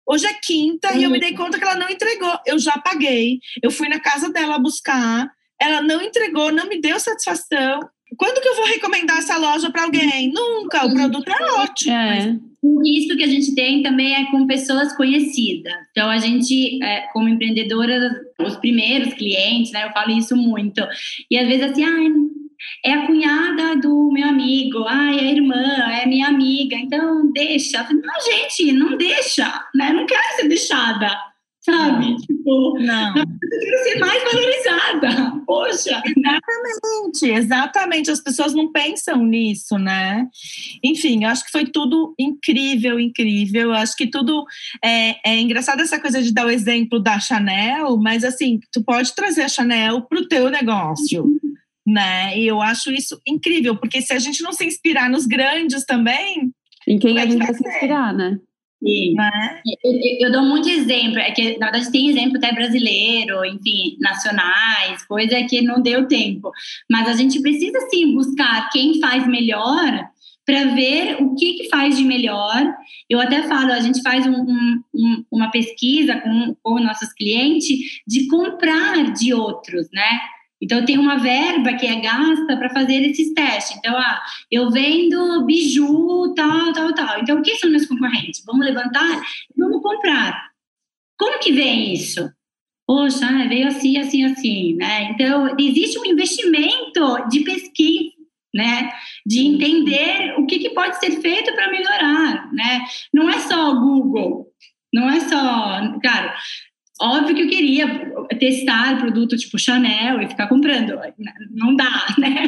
Hoje é quinta e eu me dei conta que ela não entregou. Eu já paguei, eu fui na casa dela buscar, ela não entregou, não me deu satisfação. Quando que eu vou recomendar essa loja para alguém? Nunca, o produto é ótimo. Isso que a gente tem também é com pessoas conhecidas. Então, a gente, como empreendedora, os primeiros clientes, né, eu falo isso muito. E às vezes assim, é a cunhada do meu amigo, é a irmã, é minha amiga, então deixa. Não, gente, não deixa, né? Não quero ser deixada, sabe? Não. Tipo, Não. Eu quero ser mais valorizada. Poxa. Exatamente. As pessoas não pensam nisso, né? Enfim, eu acho que foi tudo incrível. Eu acho que tudo é engraçado essa coisa de dar o exemplo da Chanel, mas assim, tu pode trazer a Chanel pro teu negócio, né? E eu acho isso incrível, porque se a gente não se inspirar nos grandes também, em quem a gente vai se inspirar, né? Sim. Eu dou muito exemplo, é que na verdade tem exemplo até brasileiro, enfim, nacionais, coisa que não deu tempo, mas a gente precisa sim buscar quem faz melhor para ver o que faz de melhor. Eu até falo, a gente faz uma pesquisa com nossos clientes de comprar de outros, né? Então, tem uma verba que é gasta para fazer esses testes. Então, eu vendo biju, tal. Então, quem são meus concorrentes? Vamos levantar e vamos comprar. Como que vem isso? Poxa, veio assim, né? Então, existe um investimento de pesquisa, né? De entender o que pode ser feito para melhorar, né? Não é só o Google, não é só... Claro, óbvio que eu queria testar produto tipo Chanel e ficar comprando. Não dá, né?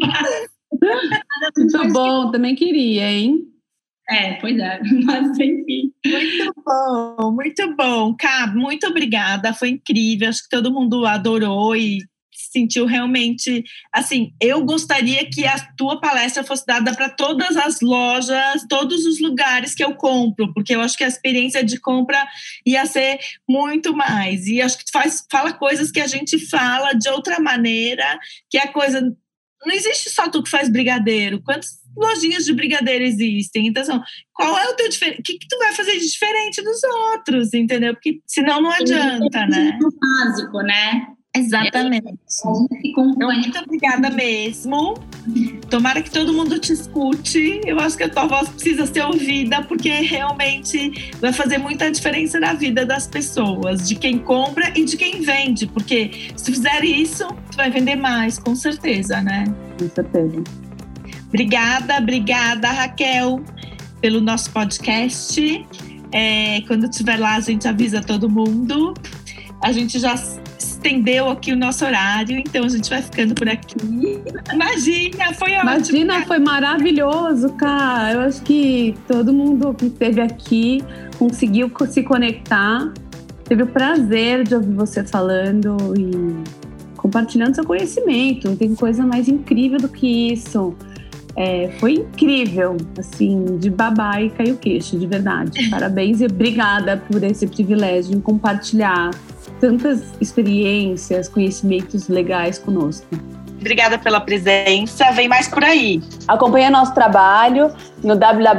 Muito bom, também queria, hein? Pois é, mas enfim. Muito bom. Cá, muito obrigada, foi incrível. Acho que todo mundo adorou e sentiu realmente, assim, eu gostaria que a tua palestra fosse dada para todas as lojas, todos os lugares que eu compro, porque eu acho que a experiência de compra ia ser muito mais, e acho que tu fala coisas que a gente fala de outra maneira, que é a coisa, não existe só tu que faz brigadeiro, quantas lojinhas de brigadeiro existem, então qual é o teu diferente, o que tu vai fazer de diferente dos outros, entendeu? Porque senão não adianta, né? É básico, né? Exatamente. Muito obrigada mesmo. Tomara que todo mundo te escute. Eu acho que a tua voz precisa ser ouvida, porque realmente vai fazer muita diferença na vida das pessoas, de quem compra e de quem vende, porque se fizer isso, tu vai vender mais, com certeza, né? Com certeza. Obrigada, Raquel, pelo nosso podcast. Quando estiver lá, a gente avisa todo mundo. A gente já estendeu aqui o nosso horário, então a gente vai ficando por aqui. Imagina, foi ótimo. Imagina, foi maravilhoso, cara. Eu acho que todo mundo que esteve aqui conseguiu se conectar. Teve o prazer de ouvir você falando e compartilhando seu conhecimento. Não tem coisa mais incrível do que isso. Foi incrível, assim, de babar e cair o queixo, de verdade. Parabéns e obrigada por esse privilégio em compartilhar tantas experiências, conhecimentos legais conosco. Obrigada pela presença, vem mais por aí. Acompanhe nosso trabalho no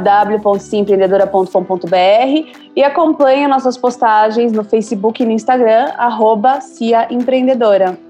www.ciaempreendedora.com.br e acompanhe nossas postagens no Facebook e no Instagram, @ciaempreendedora.